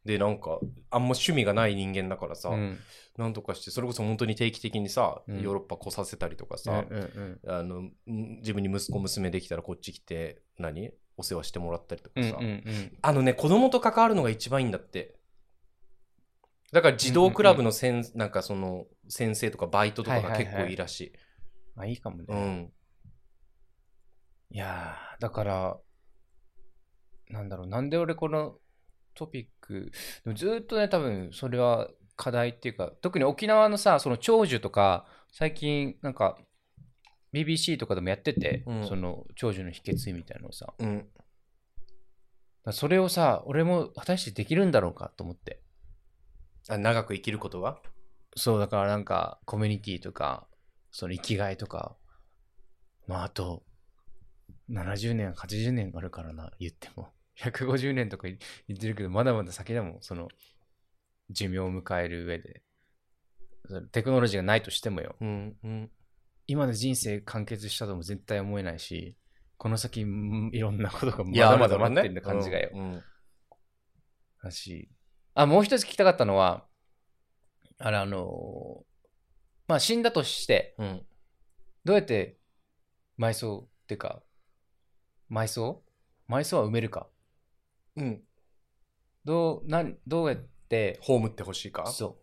でなんかあんま趣味がない人間だからさ、 うん、 なんとかしてそれこそ本当に定期的にさ、 うん、 ヨーロッパ来させたりとかさ、 うんうんうん、 あの自分に息子娘できたらこっち来て何お世話してもらったりとかさ、 うんうんうん、 あのね子供と関わるのが一番いいんだって。だから児童クラブのせん、うんうんうん、なんかその先生とかバイトとかが結構いいらしい。 まあいいかもね。 うん。 いやーだからなんだろう、なんで俺このトピックでもずっとね多分それは課題っていうか、特に沖縄のさその長寿とか最近なんか ビービーシー とかでもやってて、うん、その長寿の秘訣みたいなのをさ、うん、だそれをさ俺も果たしてできるんだろうかと思って。 あ、長く生きることが？ そうだからなんかコミュニティとかその生きがいとか、まああとななじゅうねんはちじゅうねんあるからな、言ってもひゃくごじゅうねんとか言ってるけどまだまだ先だもん、その寿命を迎える上で。テクノロジーがないとしてもよ、うんうん、今の人生完結したとも絶対思えないし、この先いろんなことがまだまだ待ってる感じがよ、ね、うんうん、だし、あ、もう一つ聞きたかったのは、あれあのまあ死んだとして、うん、どうやって埋葬っていうか埋葬埋葬は埋めるか、うん、どうなんどうやって葬ってほしいか。 そう、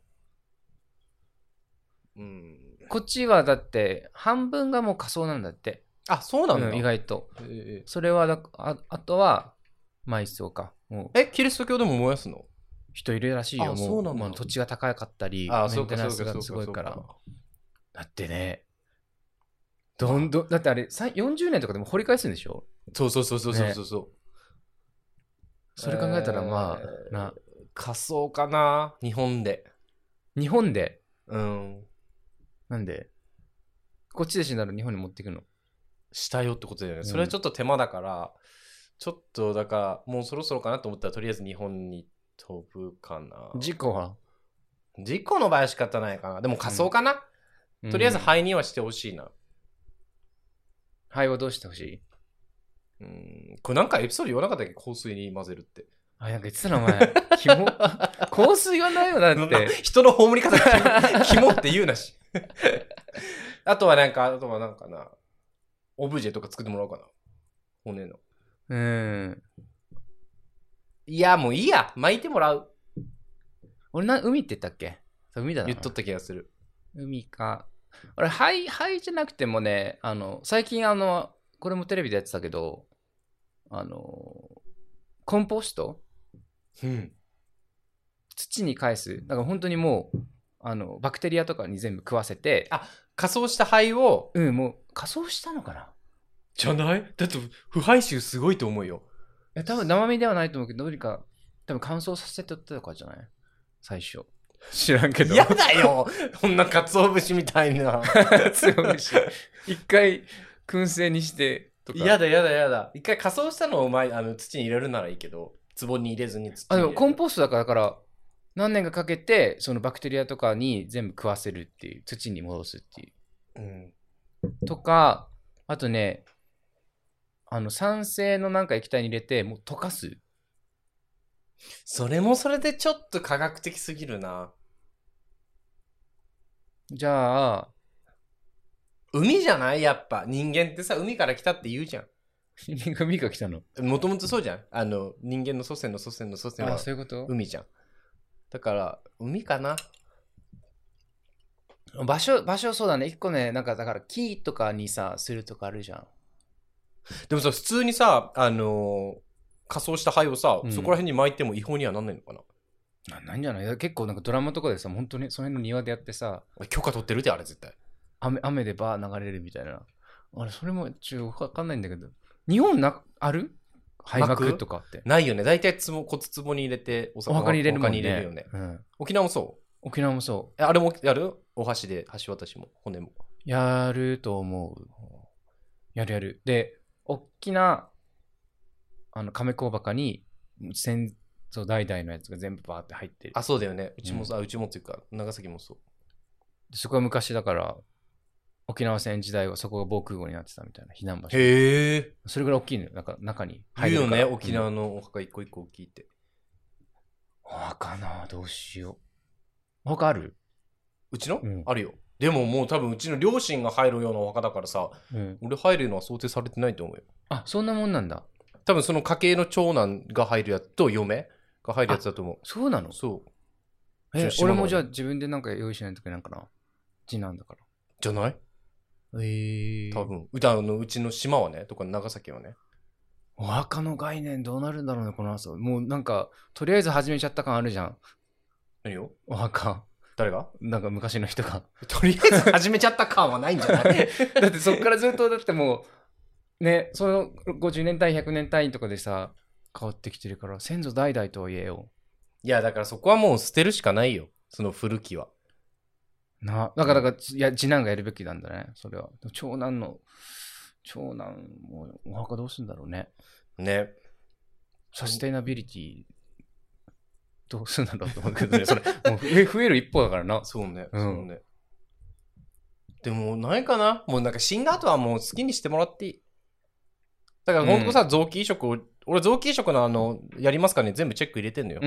うん、こっちはだって半分がもう仮想なんだって。 あ、そうなんだ、うん、 意外と、えー、それはだ あ, あとは埋葬か。もうえキリスト教でも燃やすの？ 人いるらしいよ。 あ、そうなんだ。 もう土地が高かったり、 あ、 メンテナンスがすごいから。だってね、どんどんだってあれよんじゅうねんとかでも掘り返すんでしょ？ そうそうそうそうそうそう、ね、 それ考えたらまあ、えー、な仮想かな、日本で。 日本で、 うん。 なんでこっちで死んだら日本に持っていくの？ したよってことだよね、うん。それはちょっと手間だから、ちょっとだからもうそろそろかなと思ったらとりあえず日本に飛ぶかな。 事故は？ 事故の場合は仕方ないかな。でも仮想かな、うん、とりあえず肺にはしてほしいな。 肺はどうしてほしい？ うん、これなんかエピソード言わなかったっけ？香水に混ぜるって。 あ、なんか言ってたのお前。キモ。香水はないよだって。 人の葬り方キモって言うなし。あとはなんか、あとはなんかな、オブジェとか作ってもらおうかな。骨の。うん。いや、もういいや。巻いてもらう。 俺な、海って言ったっけ？海だな。 言っとった気がする。 海か。俺、肺、肺じゃなくてもね、あの、最近あの、これもテレビでやってたけど、あの、コンポスト？うん。土に返す。だから本当にもう、あの、バクテリアとかに全部食わせて。 あ、仮装した肺を。 うん、もう、仮装したのかな？ じゃない？だって腐敗臭すごいと思うよ。 いや多分生身ではないと思うけど、どうにか多分乾燥させてとかじゃない？最初。知らんけど。 やだよこんな鰹節みたいな。鰹節。一回燻製にしてとか。 やだやだやだ。一回仮装したのを前あの土に入れるならいいけど、壺に入れずに土に入れる。 あ、でもコンポストだから、だから何年かかけてそのバクテリアとかに全部食わせるっていう、土に戻すっていう。うん。とか、あとね、あの酸性のなんか液体に入れてもう溶かす。 それもそれでちょっと科学的すぎるな。 じゃあ海じゃない？やっぱ人間ってさ、海から来たって言うじゃん。 海から来たの？ もともとそうじゃん。あの人間の祖先の祖先の祖先は海じゃん。だから海かな。 場所場所そうだね。一個ね、なんかだから木とかにさするとかあるじゃん。 でもさ、普通にさ、あのー、仮装した灰をさ、うん、そこら辺に巻いても違法にはなんないのかな？ ななんじゃない？結構なんかドラマとかでさ、本当にその辺の庭でやってさ、 許可取ってるってあれ絶対。 雨, 雨でバー流れるみたいな。あれ、それもちょっとわかんないんだけど、日本なある？灰幕とかって。 ないよね。大体つも骨壺に入れてお墓に入れるもんね。 お墓に入れるよね。うん、沖縄もそう？ 沖縄もそう。 え、あれもやる？お箸で橋渡しも骨も。 やると思う。やるやる。で、大きなあの亀甲墓に先祖代々のやつが全部バーって入ってる。 あ、そうだよね。うちも、うん、あうちもっていうか長崎もそう。 そこは昔だから沖縄戦時代はそこが防空壕になってたみたいな避難場所。 へえ。 それぐらい大きいのよ。なんか中に入るから。言うよね、沖縄のお墓一個一個大きいって。 わかな、どうしよう。他ある？ うちの、 うん、 あるよ。でももう多分うちの両親が入るようなお墓だからさ、うん、俺入るのは想定されてないと思うよ。 あ、そんなもんなんだ。 多分その家系の長男が入るやつと嫁が入るやつだと思う。 そうなの？ そう。 え、俺もじゃあ自分でなんか用意しないといけないかな。次男だから。 じゃない？ えー、 多分うだのうちの島はね、とか長崎はね。 お墓の概念どうなるんだろうね、この朝。もうなんか、とりあえず始めちゃった感あるじゃん。 何を？ お墓。誰が？なんか昔の人が。 とりあえず始めちゃった感はないんじゃない？ だってそっからずっと、だってもう、ね、そのごじゅうねん単位、ひゃくねん単位とかでさ、変わってきてるから、先祖代々とはいえよ。 いや、だからそこはもう捨てるしかないよ。その古きは。 な、だから、だからいや、次男がやるべきなんだね、それは。長男の、長男もお墓どうするんだろうね。 ね。 サステイナビリティ、どうするんだろうと思うけどね、それ、もう増え、増える一方だからな。 そうね、うん、そうね。でも、ないかな？もうなんか死んだ後はもう好きにしてもらっていい。だからほんとさ、うん、臓器移植を、俺臓器移植のあの、やりますかね、全部チェック入れてんのよ。 うんうん。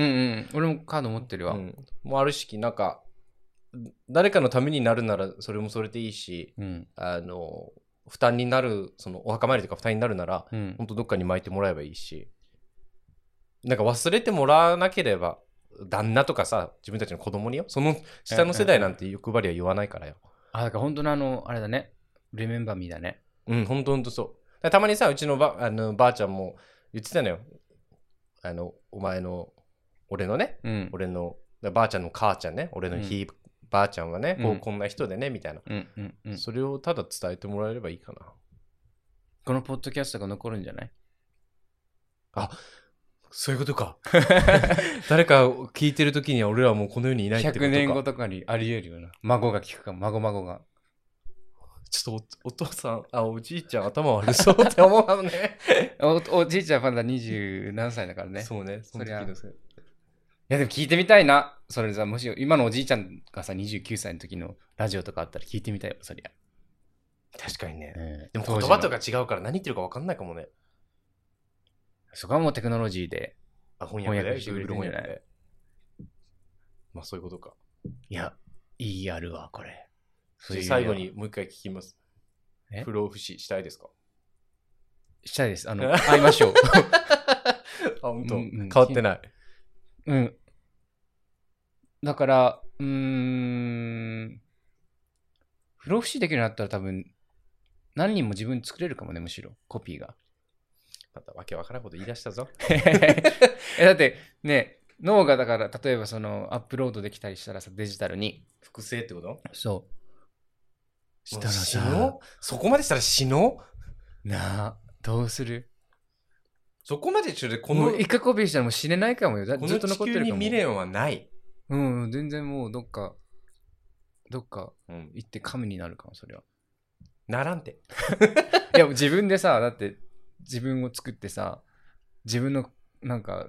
俺もカード持ってるわ。うん。 もうあるし、なんか、誰かのためになるならそれもそれでいいし、うん、あの、負担になる、そのお墓参りとか負担になるなら、うん、ほんとどっかに巻いてもらえばいいし、なんか忘れてもらわなければ、旦那とかさ、自分たちの子供によ、その下の世代なんて欲張りは言わないからよ。 あ、だから本当のあの、あれだね、リメンバーミーだね。 うん、ほんとほんとそう。たまにさ、うちのばあのばあちゃんも言ってたのよ。あの、お前の、俺のね、うん、俺の、ばあちゃんの母ちゃんね、俺のひい、うん、ばあちゃんはね、こう、こんな人でね、みたいな、うんうんうん。それをただ伝えてもらえればいいかな。 このポッドキャストが残るんじゃない？ あ、そういうことか。誰か聞いてるときには俺らはもうこの世にいないってことか。 ひゃくねんごとかにあり得るような。孫が聞くか、孫孫が。 ちょっと お, お父さん、あ、おじいちゃん頭悪そうって思うかもねお。おじいちゃんまだ二十何歳だからね。 そうね、その時のせい。 いやでも聞いてみたいな。それさ、もし今のおじいちゃんがさ、にじゅうきゅうさいの時のラジオとかあったら聞いてみたいよ、そりゃ。 確かにね。えー、でも言葉とか違うから何言ってるか分かんないかもね。 そこはもうテクノロジーで翻訳でしてくれるんじゃない？まあそういうことか。 いや、いいあるわ、これ。 最後にもう一回聞きます。不老不死したいですか？ したいです。あの、会いましょう。 あ、本当、うんうん、変わってない。 うん。だから、うーん、不老不死できるようになったら多分、何人も自分作れるかもね、むしろ、コピーが。 またわけわからんこと言い出したぞ。 え、だって、ね、脳がだから、例えばその、アップロードできたりしたらさ、デジタルに。 複製ってこと？ そう。 したら死のう？そこまでしたら死のう？なあ、どうする？ そこまでしてこの一回コピーしたらもう死ねないかもよ。だずっと残ってるかも。この地球に未練はない。 うん、全然もうどっか、どっか行って神になるかも、それは。 ならんて。 いや、自分でさ、だって自分を作ってさ、自分のなんか、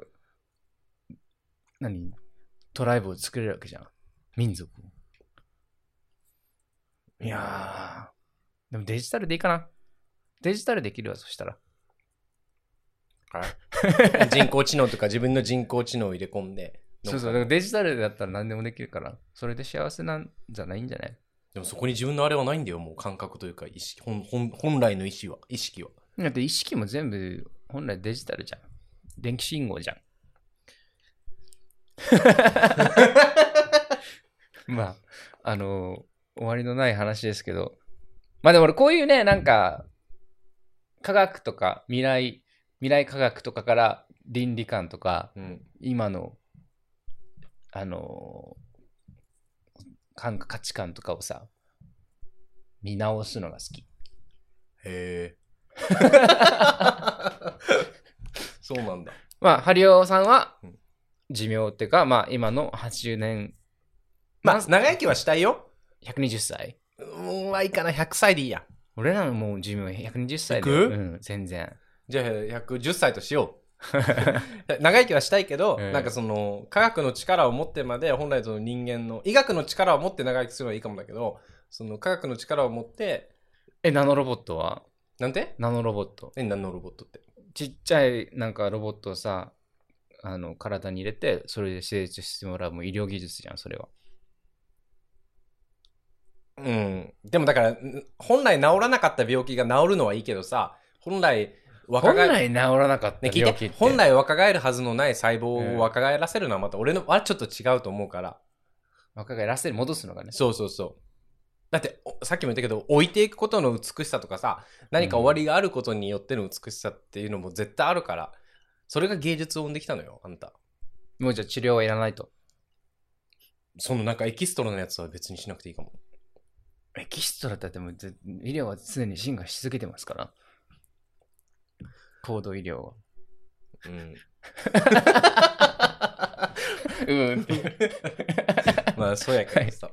何トライブを作れるわけじゃん。民族を。いやー、でもデジタルでいいかな。デジタルできるわ、そしたら。 はい、人工知能とか自分の人工知能を入れ込んで。 そうそう、だからデジタルだったら何でもできるから、それで幸せなんじゃないんじゃない？ でもそこに自分のあれはないんだよ、もう感覚というか、意識、本, 本, 本来の意思は、意識は。 だって意識も全部本来デジタルじゃん。電気信号じゃん。まあ、あの、終わりのない話ですけど、まあでも俺こういうね、なんか、科学とか未来、未来科学とかから倫理観とか、うん、今の、あの、価値観とかをさ、見直すのが好き。 へえ。そうなんだ。 まあ、ハリオさんは、寿命っていうか、まあ今のはちじゅうねん。 まあ、長生きはしたいよ。 ひゃくにじゅっさい。 もうはいいかな、ひゃくさいでいいや。 俺らのもう寿命ひゃくにじゅっさいで。うん、全然。 じゃあひゃくじゅっさいとしよう。長生きはしたいけど、えー、なんかその科学の力を持ってまで本来その人間の医学の力を持って長生きするのはいいかもだけど、その科学の力を持ってえナノロボットはなんてナノロボットえナノロボットってちっちゃいなんかロボットをさあの体に入れてそれで施術してもらうもう医療技術じゃんそれは。 うん。でもだから本来治らなかった病気が治るのはいいけどさ、本来若返本来治らなかった病気って、ね、聞いて本来若返るはずのない細胞を若返らせるのはまた俺のはちょっと違うと思うから。 若返らせる戻すのがね。 そうそうそう。だってさっきも言ったけど置いていくことの美しさとかさ、何か終わりがあることによっての美しさっていうのも絶対あるから、それが芸術を生んできたのよ、あんた。 もうじゃあ治療はいらないと。 そのなんかエキストラのやつは別にしなくていいかも。 エキストラだってもう医療は常に進化し続けてますから。高度医療は。うん。うん。 まあそうやけどさ。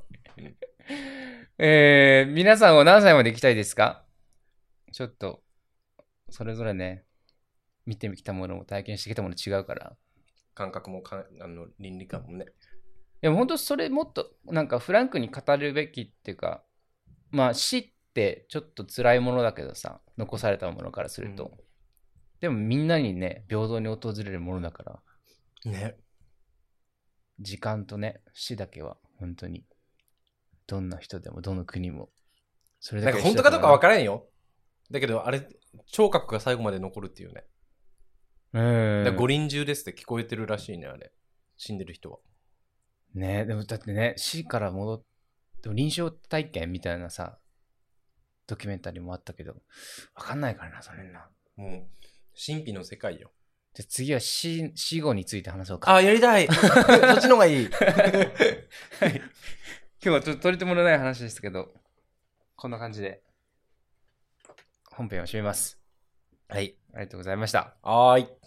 えー、皆さんは何歳まで行きたいですか？ちょっと、それぞれね、見てきたものも体験してきたもの違うから。 感覚もかあの倫理観もね。 でも本当それもっとなんかフランクに語るべきっていうか、まあ死ってちょっと辛いものだけどさ、残されたものからすると。うん、でもみんなにね、平等に訪れるものだから。 ね。 時間とね、死だけは本当に。どんな人でもどの国もそれだけなんか本当かどうか分からんよ。だけどあれ聴覚が最後まで残るっていうね。うん。だ五輪中ですって聞こえてるらしいね、あれ。死んでる人は。 ねえ、でもだってね、死から戻ってでも臨床体験みたいなさドキュメンタリーもあったけど分かんないからなそれな。 もう神秘の世界よ。 で次は 死, 死後について話そうか。 あ、やりたい。そっちの方がいい。はい。 今日はちょっと取り留めのない話ですけど、こんな感じで本編を締めます。 はい、 ありがとうございました。 はーい。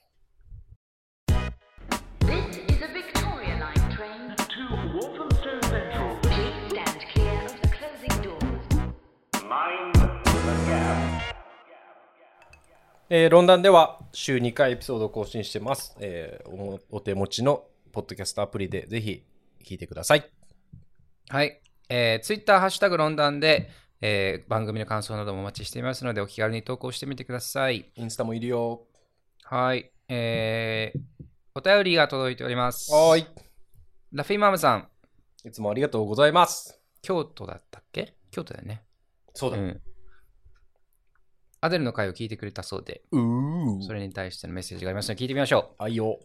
えー、ロンダンでは週にかいエピソードを更新してます。えー、お, お手持ちのポッドキャストアプリでぜひ聞いてください。 はい、えー、ツイッターハッシュタグロンダンで、えー、番組の感想などもお待ちしていますのでお気軽に投稿してみてください。 インスタもいるよ。 はい、えー、お便りが届いております。 はい。 ラフィーマムさん、 いつもありがとうございます。 京都だったっけ？京都だよね。 そうだ、うん、 アデルの回を聞いてくれたそうで、 うーそれに対してのメッセージがありますので聞いてみましょう。 はいよ。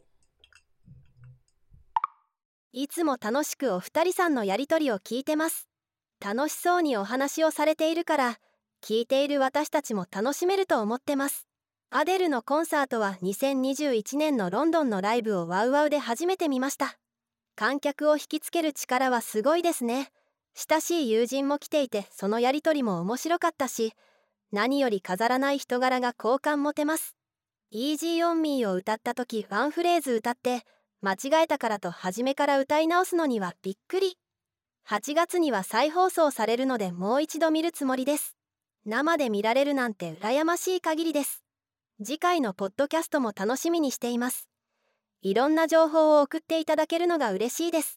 いつも楽しくお二人さんのやりとりを聞いてます。楽しそうにお話をされているから聞いている私たちも楽しめると思ってます。アデルのコンサートはにせんにじゅういちねんのロンドンのライブをワウワウで初めて見ました。観客を引きつける力はすごいですね。親しい友人も来ていてそのやりとりも面白かったし、何より飾らない人柄が好感持てます。 Easy on Me を歌った時ワンフレーズ歌って間違えたからと初めから歌い直すのにはびっくり。はちがつには再放送されるのでもう一度見るつもりです。生で見られるなんて羨ましい限りです。次回のポッドキャストも楽しみにしています。いろんな情報を送っていただけるのが嬉しいです。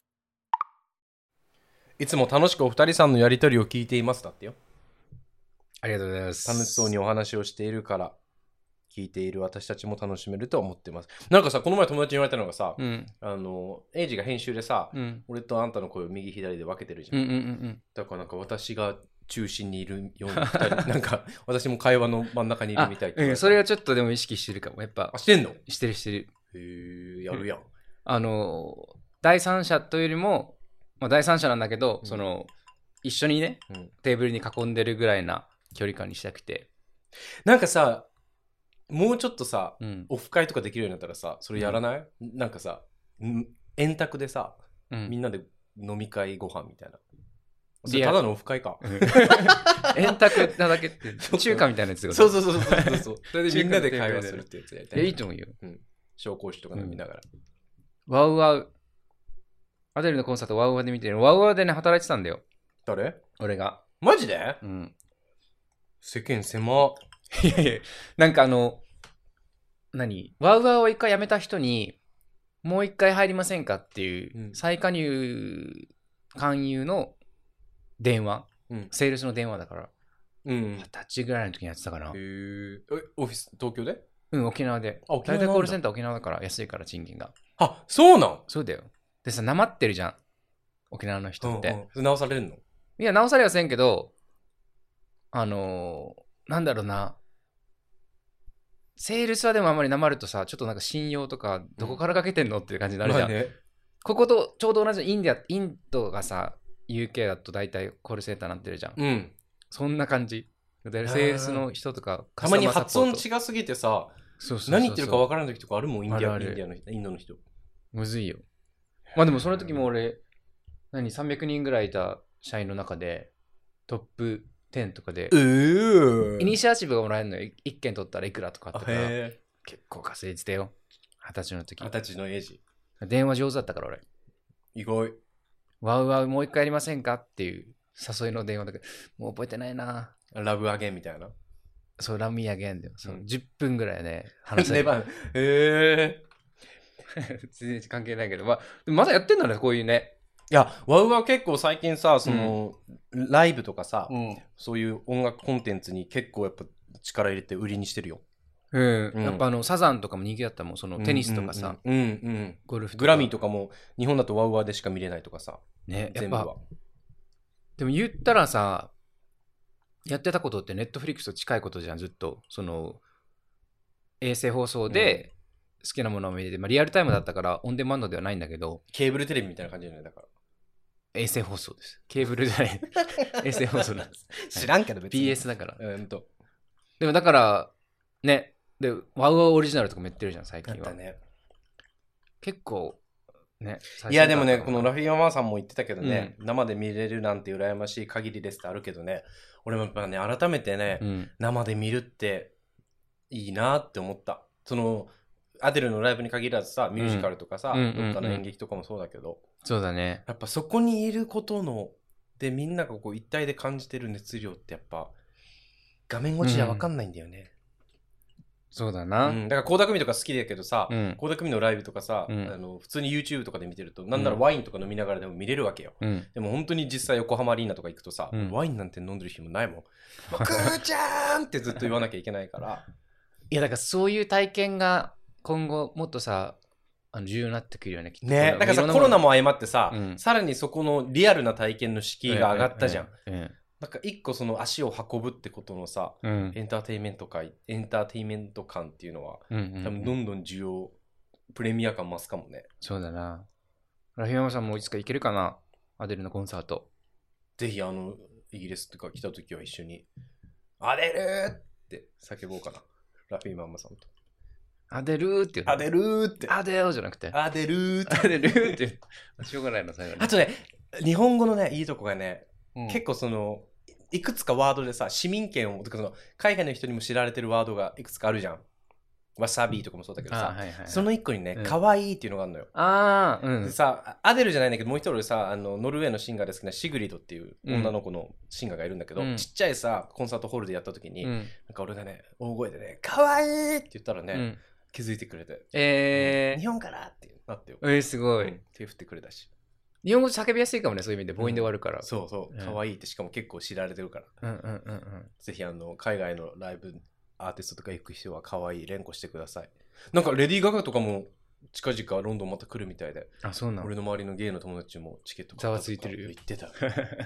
いつも楽しくお二人さんのやりとりを聞いていますだってよ。 ありがとうございます。 楽しそうにお話をしているから聞いている私たちも楽しめると思ってます。なんかさ、この前友達に言われたのがさ、うん、あのエイジが編集でさ、うん、俺とあんたの声を右左で分けてるじゃん。うんうんうん、だからなんか私が中心にいるようなふたりなんか私も会話の真ん中にいるみたいって、 うん、それはちょっとでも意識してるかも。やっぱあ、してんの？ してるしてる。 へえ、やるやん。 あの第三者というよりも、まあ、第三者なんだけど、うん、その一緒にね、うん、テーブルに囲んでるぐらいな距離感にしたくて。 なんかさ、もうちょっとさ、うん、オフ会とかできるようになったらさ、それやらない？うん、なんかさ、円卓でさ、うん、みんなで飲み会ご飯みたいな。それただのオフ会か。 円卓なだけって中華みたいなやつが。 そうそうそうそうそう。それでみんなで会話するってやつやりたい。 いや、いいと思うよ。 うん。紹興酒とか飲みながら。 うん、ワウワウ。アデルのコンサートワウワウで見てる。ワウワウでね、働いてたんだよ。 誰？ 俺が。 マジで？うん。世間狭。 いやいや、なんかあの、何？ワウワウを一回辞めた人に、もう一回入りませんかっていう、うん、再加入勧誘の電話、うん、セールスの電話だから、うん、はたちぐらいの時にやってたかな。へえ、オフィス東京で？ うん、沖縄で。 あ、沖縄なんだ。 大体コールセンター沖縄だから安いから賃金が。 あ、そうなん？ そうだよ。でさ、なまってるじゃん。沖縄の人って。うんうん、直されるの？ いや、直されはせんけど、あのー、なんだろうな。セールスはでもあんまりなまるとさ、ちょっとなんか信用とか、どこからかけてんのっていう感じになるじゃん。まあね、こことちょうど同じインディア、インドがさ、ユーケー だと大体コールセンターになってるじゃん。 うん。 そんな感じ。でセールスの人とか、 たまに発音違すぎてさ、そうそうそうそう、何言ってるか分からない時とかあるもん、インディア、あるあるインディアの人、インドの人。 むずいよ。まあでもその時も俺、何、さんびゃくにんぐらいいた社員の中で、トップじゅうとかで、イニシアチブがもらえるのよ。いっけん取ったらいくらとかあったから、結構稼いでたよ。二十歳の時。 二十歳のエイジ。 電話上手だったから俺。 意外。 ワウワウもう一回やりませんかっていう誘いの電話だけど、もう覚えてないな。 ラブアゲンみたいな。 そう、ラミアゲンで、そう、うん、じゅっぷんぐらいね、話せる。 へー。全然関係ないけど、まあ、まだやってんだね、こういうね。 いや、ワウワウ結構最近さ、その、うん、ライブとかさ、うん、そういう音楽コンテンツに結構やっぱ力入れて売りにしてるよ。 うん、うん、やっぱあのサザンとかも人気だったもん、そのテニスとかさ、 うんうんうん、 ゴルフとかグラミーとかも日本だとワウワウでしか見れないとかさ、 ね、全部は。やっぱでも言ったらさ、やってたことってネットフリックスと近いことじゃん、ずっと。その衛星放送で好きなものを見れて、まあ、リアルタイムだったからオンデマンドではないんだけど、 ケーブルテレビみたいな感じじゃないだから。 衛星放送です。ケーブルじゃない。衛星放送なんです。 知らんけど別に。 ピーエス だから。 うんと。 でもだからね、でワウワウオリジナルとかもやってるじゃん最近は。 ね、 結構ね。 いやでもね、このラフィーママさんも言ってたけどね、うん、生で見れるなんて羨ましい限りですってあるけどね、俺もやっぱね改めてね、うん、生で見るっていいなって思った。そのアデルのライブに限らずさ、ミュージカルとかさ、うん、どっかの演劇とかもそうだけど、うんうんうん、 そうだね。 やっぱそこにいることのでみんながこう一体で感じてる熱量ってやっぱ画面越しじゃ分かんないんだよね。うんそうだな、 うん、だから倖田來未とか好きだけどさ、倖、うん、田來未のライブとかさ、うん、あの普通に YouTube とかで見てると、なんならワインとか飲みながらでも見れるわけよ、うん、でも本当に実際横浜アリーナとか行くとさ、うん、ワインなんて飲んでる日もないもんクーちゃーんってずっと言わなきゃいけないからいやだからそういう体験が今後もっとさあの重要になってくるよねきっとね。だからさコロナも相まってさ、うん、さらにそこのリアルな体験の敷居が上がったじゃん、うんうんうんなんか一個その足を運ぶってことのさ、うん、エンターテインメント感、エンターテインメント感っていうのは、うんうんうん、多分どんどん需要、プレミア感増すかもね。 そうだな。ラフィママさんもいつか行けるかな、アデルのコンサート。 ぜひあの、イギリスとか来た時は一緒に、アデルーって叫ぼうかな。ラフィママさんと。 アデルーって言うの。 アデルーって。 アデルーじゃなくて。 アデルーって。 アデルーって。しょうがないの、最後に。 あとね、日本語のね、いいとこがね、うん、結構その、いくつかワードでさ、市民権を、その海外の人にも知られてるワードがいくつかあるじゃん。わさびとかもそうだけどさ、はいはいはい、その一個にね、かわいいっていうのがあるのよ。 ああ、うん。 でさ、アデルじゃないんだけど、もう一人さ、あのノルウェーのシンガーで好きなシグリドっていう女の子のシンガーがいるんだけど、うん、ちっちゃいさ、コンサートホールでやった時に、うん、なんか俺がね、大声でね、かわいいって言ったらね、うん、気づいてくれて、 えー、 日本からってなってよ。 えー、すごい、 うん。手振ってくれたし。 日本語叫びやすいかもね、そういう意味で母音で終わるから、うん、 そうそう可愛いってしかも結構知られてるから、うんうんうんうん、ぜひあの海外のライブアーティストとか行く人は可愛い連呼してください。なんかレディー・ガガとかも近々ロンドンまた来るみたいで、 あ、そうなの。 俺の周りのゲイの友達もチケットざわついてるよ。 言ってた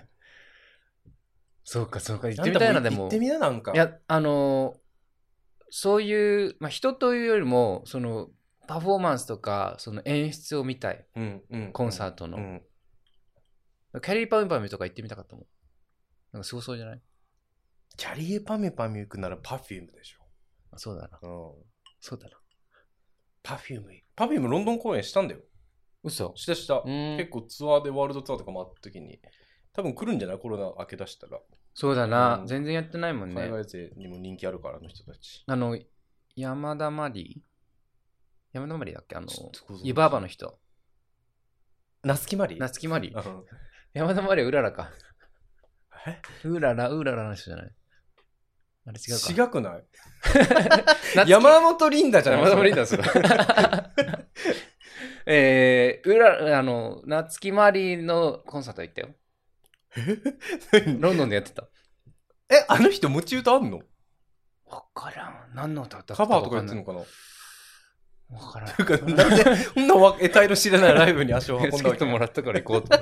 そうかそうか、行ってみたいな。でも行ってみな。なんかいやあのー、そういう、まあ、人というよりもそのパフォーマンスとかその演出を見たい、うんうん、コンサートの、うんうん、キャリーパミュパミュとか行ってみたかったもん。なんかすごそうじゃない？ キャリーパミュパミュ行くならパフュームでしょ。 あ、そうだな、うん、そうだな。 パフュームパフュームロンドン公演したんだよ。 嘘？ したした。結構ツアーでワールドツアーとかもあった時に多分来るんじゃない？コロナ明け出したら。 そうだな、うん、全然やってないもんね。 海外勢にも人気あるからあの人たち。 あの山田マリー山田マリーだっけ、あの湯婆婆の人。 夏木マリー夏木マリー山田マリーはうららか。 えうららうららの人じゃない？あれ違うか。違くない山本リンダじゃない？ 山本リンダそうえー、うらあの夏木マリーのコンサート行ったよ。ロンドンでやってた。 え、あの人持ち歌あんの？ わからん。何の歌歌ったカバーとかやってんのかな。 わからん。 というか、なんで、こんなわ得体の知れないライブに足を運んだチケットわけ。 もらったから行こうと思って。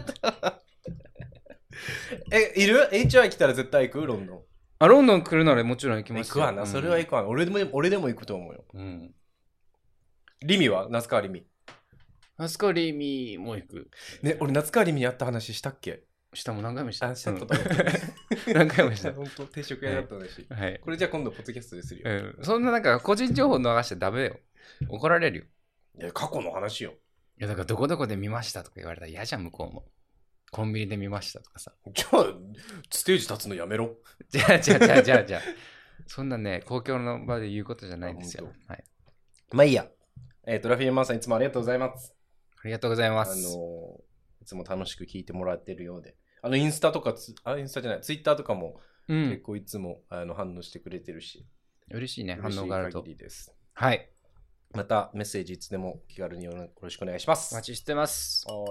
え、いる ?エイチワイ 来たら絶対行くロンドン。 あ、ロンドン来るならもちろん行きますよ。 行くわな。それは行くわな。俺でも、俺でも行くと思うよ。 うん。 リミは夏川リミ。 夏川リミも行く。 ね、俺夏川リミに会った話したっけ？ したもん何回もした。 あ、したとうん何回もした。 本当定食屋だったんだし。 はい。 これじゃあ今度ポッドキャストでするよ。 うん。そんななんか個人情報流しちゃダメよ。怒られるよ。 いや、過去の話よ。 いやだからどこどこで見ましたとか言われたら嫌じゃん、向こうも。コンビニで見ましたとかさ。 じゃあ、ステージ立つのやめろ。 じゃあじゃあじゃあじゃあじゃあ。そんなね、公共の場で言うことじゃないんですよ。はい。 まあいいや。えっと、ラフィエマーさんいつもありがとうございます。 ありがとうございまあす。 のー、いつも楽しく聞いてもらってるようで。あの、インスタとかつ、あ、インスタじゃない、ツイッターとかも、 うん、 結構いつもあの反応してくれてるし。 嬉しいね、 嬉しい反応があると。 限りです。 はい。 またメッセージいつでも気軽によろしくお願いします。 お待ちしてます。 はい。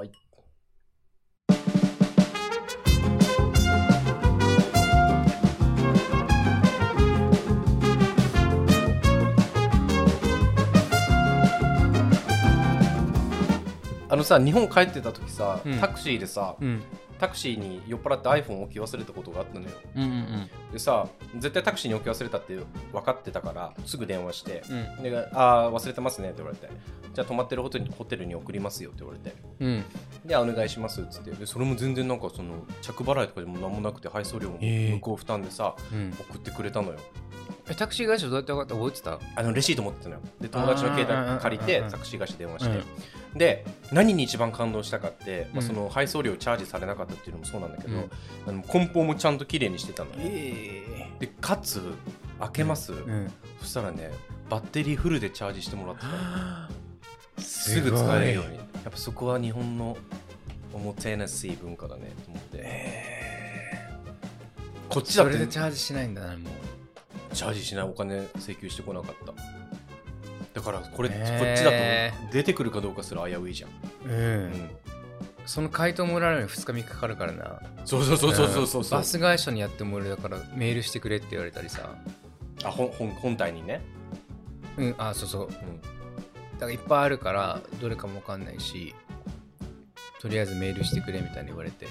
あのさ、日本帰ってた時さ、うん、タクシーでさ、うん、タクシーに酔っ払って iPhone を置き忘れたことがあったのよ、 うんうんうん、 でさ、絶対タクシーに置き忘れたって分かってたからすぐ電話して、うん、であ忘れてますねって言われて、じゃあ泊まってるホテルに、ホテルに送りますよって言われて、うん、でお願いしますっつって、でそれも全然なんかその着払いとかでも何もなくて配送料も向こう負担でさ、えー、送ってくれたのよ。 えタクシー会社どうやって分かった？覚えてた？ あのレシート持ってたのよ。で友達の携帯借りてタクシー会社電話して、うん、で何に一番感動したかって、うんまあ、その配送料チャージされなかったっていうのもそうなんだけど、うん、あの梱包もちゃんと綺麗にしてたのね、えー、でかつ開けます、うんうん、そしたらねバッテリーフルでチャージしてもらってたすぐ使えるように。やっぱそこは日本のおもてなし文化だねと思って、えー、こっちだってそれでチャージしないんだね。もうチャージしない、お金請求してこなかった。だからこれ、えー、こっちだと出てくるかどうかすら危ういじゃん、うんうん、 その回答もらうのにふつかみっかかかるからな。 そうそうそうそうそうそう、うん、 バス会社にやってもらうだからメールしてくれって言われたりさ。 あ、本, 本, 本体にね。 うん、あ、そうそう、うん、だからいっぱいあるからどれかも分かんないし、とりあえずメールしてくれみたいに言われて、うん、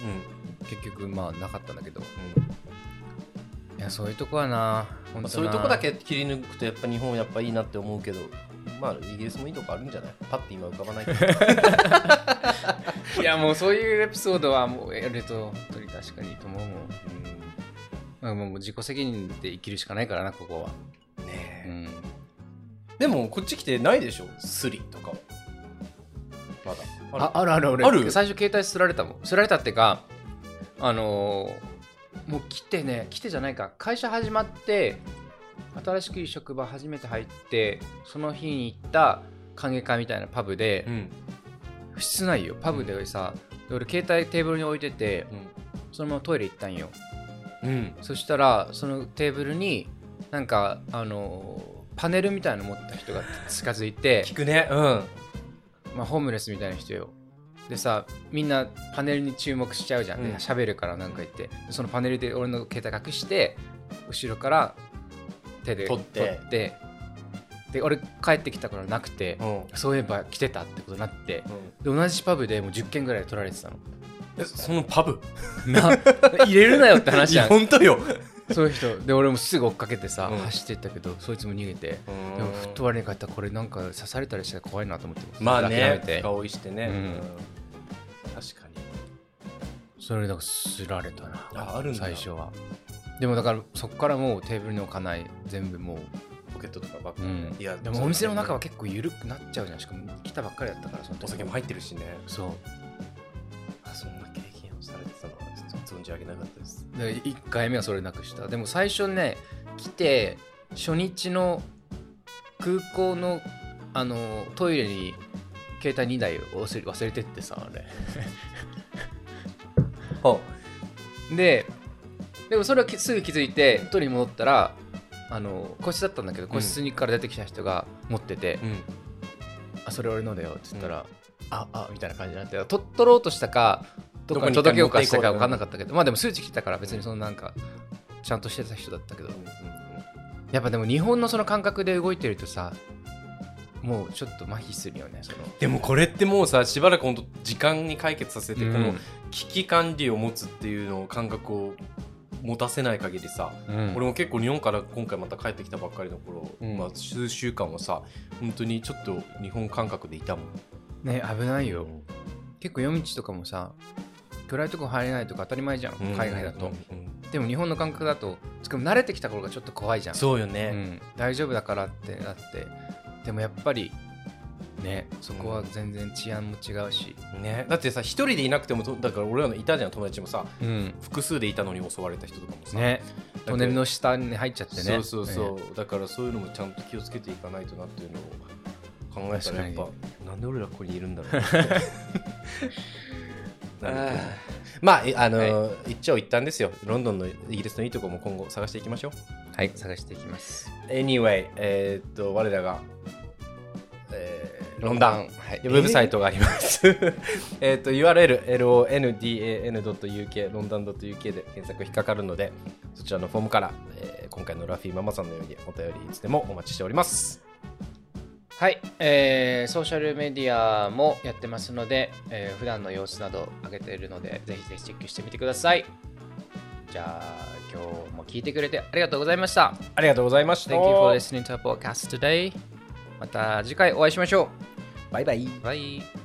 結局まあなかったんだけど、うん、いやそういうとこはな、本当な、まあ、 そういうとこだけ切り抜くとやっぱ日本やっぱいいなって思うけど、まあイギリスもいいとこあるんじゃない？パッて今浮かばないけどいやもうそういうエピソードはもうやると本当に確かにいいと思うもん、うん、もう自己責任で生きるしかないからな、ここはねえ、うん、でもこっち来てないでしょ、スリとかまだああるあるあるある。最初携帯すられたもん。すられたってか、あのー、もう来てね、来てじゃないか、会社始まって新しくいい職場初めて入ってその日に行った歓迎会みたいなパブで、うん、室内よ、パブでさ、うん、俺携帯テーブルに置いてて、うん、そのままトイレ行ったんよ、うん、そしたらそのテーブルになんかあのー、パネルみたいなの持った人が近づいて聞くね、うん、 まあ、ホームレスみたいな人よ。でさ、みんなパネルに注目しちゃうじゃん、うん、喋るからなんか言って、そのパネルで俺の携帯隠して後ろから手で取って取ってで俺帰ってきたからなくて、うん、そういえば来てたってことになって、うん、で同じパブでもうじゅっけんぐらい取られてたの。 え、そのパブな入れるなよって話じゃん。 本当よそういう人で、俺もすぐ追っかけてさ、うん、走ってったけどそいつも逃げて、でもフットワレに帰ったらこれなんか刺されたりしたら怖いなと思って、 まあね、顔いしてね、うん、確かにそれだからすられたな。 あ、あるんだ最初は。でもだからそこからもうテーブルに置かない、全部もうポケットとかバッグね、うん、 いやでもお店の中は結構緩くなっちゃうじゃん。しかも来たばっかりだったから、そのお酒も入ってるしね。 そう、 あ、そんな経験をされてたのは存じ上げなかったです。 でいっかいめはそれなくした。でも最初ね、来て初日の空港のあのトイレに携帯にだい忘れ、忘れてってさ、あれででもそれはすぐ気づいてトイレに戻ったら、あの個室だったんだけど、個室にから出てきた人が持ってて、うん、あ、それ俺のだよって言ったら、うん、ああみたいな感じになって、と取ろうとしたかどこに届けようかしたか分かんなかったけど、まあでも数値来たから別にそのなんかちゃんとしてた人だったけど、うんうんうん、いやっぱでも日本のその感覚で動いてるとさ、もうちょっと麻痺するよね。そのでもこれってもうさ、しばらくほんと時間に解決させて、 うん、 この危機管理を持つっていうのを感覚を持たせない限りさ、うん、俺も結構日本から今回また帰ってきたばっかりの頃、うん、まあ、数週間はさ本当にちょっと日本感覚でいたもんね。危ないよ、うん、結構夜道とかもさ暗いとこ入れないとか当たり前じゃん、うん、海外だと、うんうんうん、でも日本の感覚だとしかも慣れてきた頃がちょっと怖いじゃん。 そうよね、 うん、大丈夫だからってなって、でもやっぱりね、そこは全然治安も違うし、 うんね、だってさ一人でいなくても、だから俺らのいたじゃん友達もさ、うん、複数でいたのに襲われた人とかもさ、ね、 トンネルの下に入っちゃってね。 そうそうそう、ね、だからそういうのもちゃんと気をつけていかないとなっていうのを考えたらやっぱなんで俺らここにいるんだろうなるほど。まああのーはい、一長一短ですよ。ロンドンのイギリスのいいところも今後探していきましょう。 はい、探していきます。 Anyway、えー、っと我らがえー、ロンダン、はい、ウェブサイトがありますえっと ユーアールエル エルオーエヌディーエーエヌドットユーケー ロンダン ドットユーケー で検索引っかかるので、そちらのフォームから、えー、今回のラフィーママさんのようにお便りいつでもお待ちしております。 はい、えー、ソーシャルメディアもやってますので、えー、普段の様子など上げているのでぜひぜひチェックしてみてください。じゃあ今日も聞いてくれてありがとうございました。 ありがとうございました。 Thank you for listening to our podcast today。また次回お会いしましょう。 バイバイ。 バイ。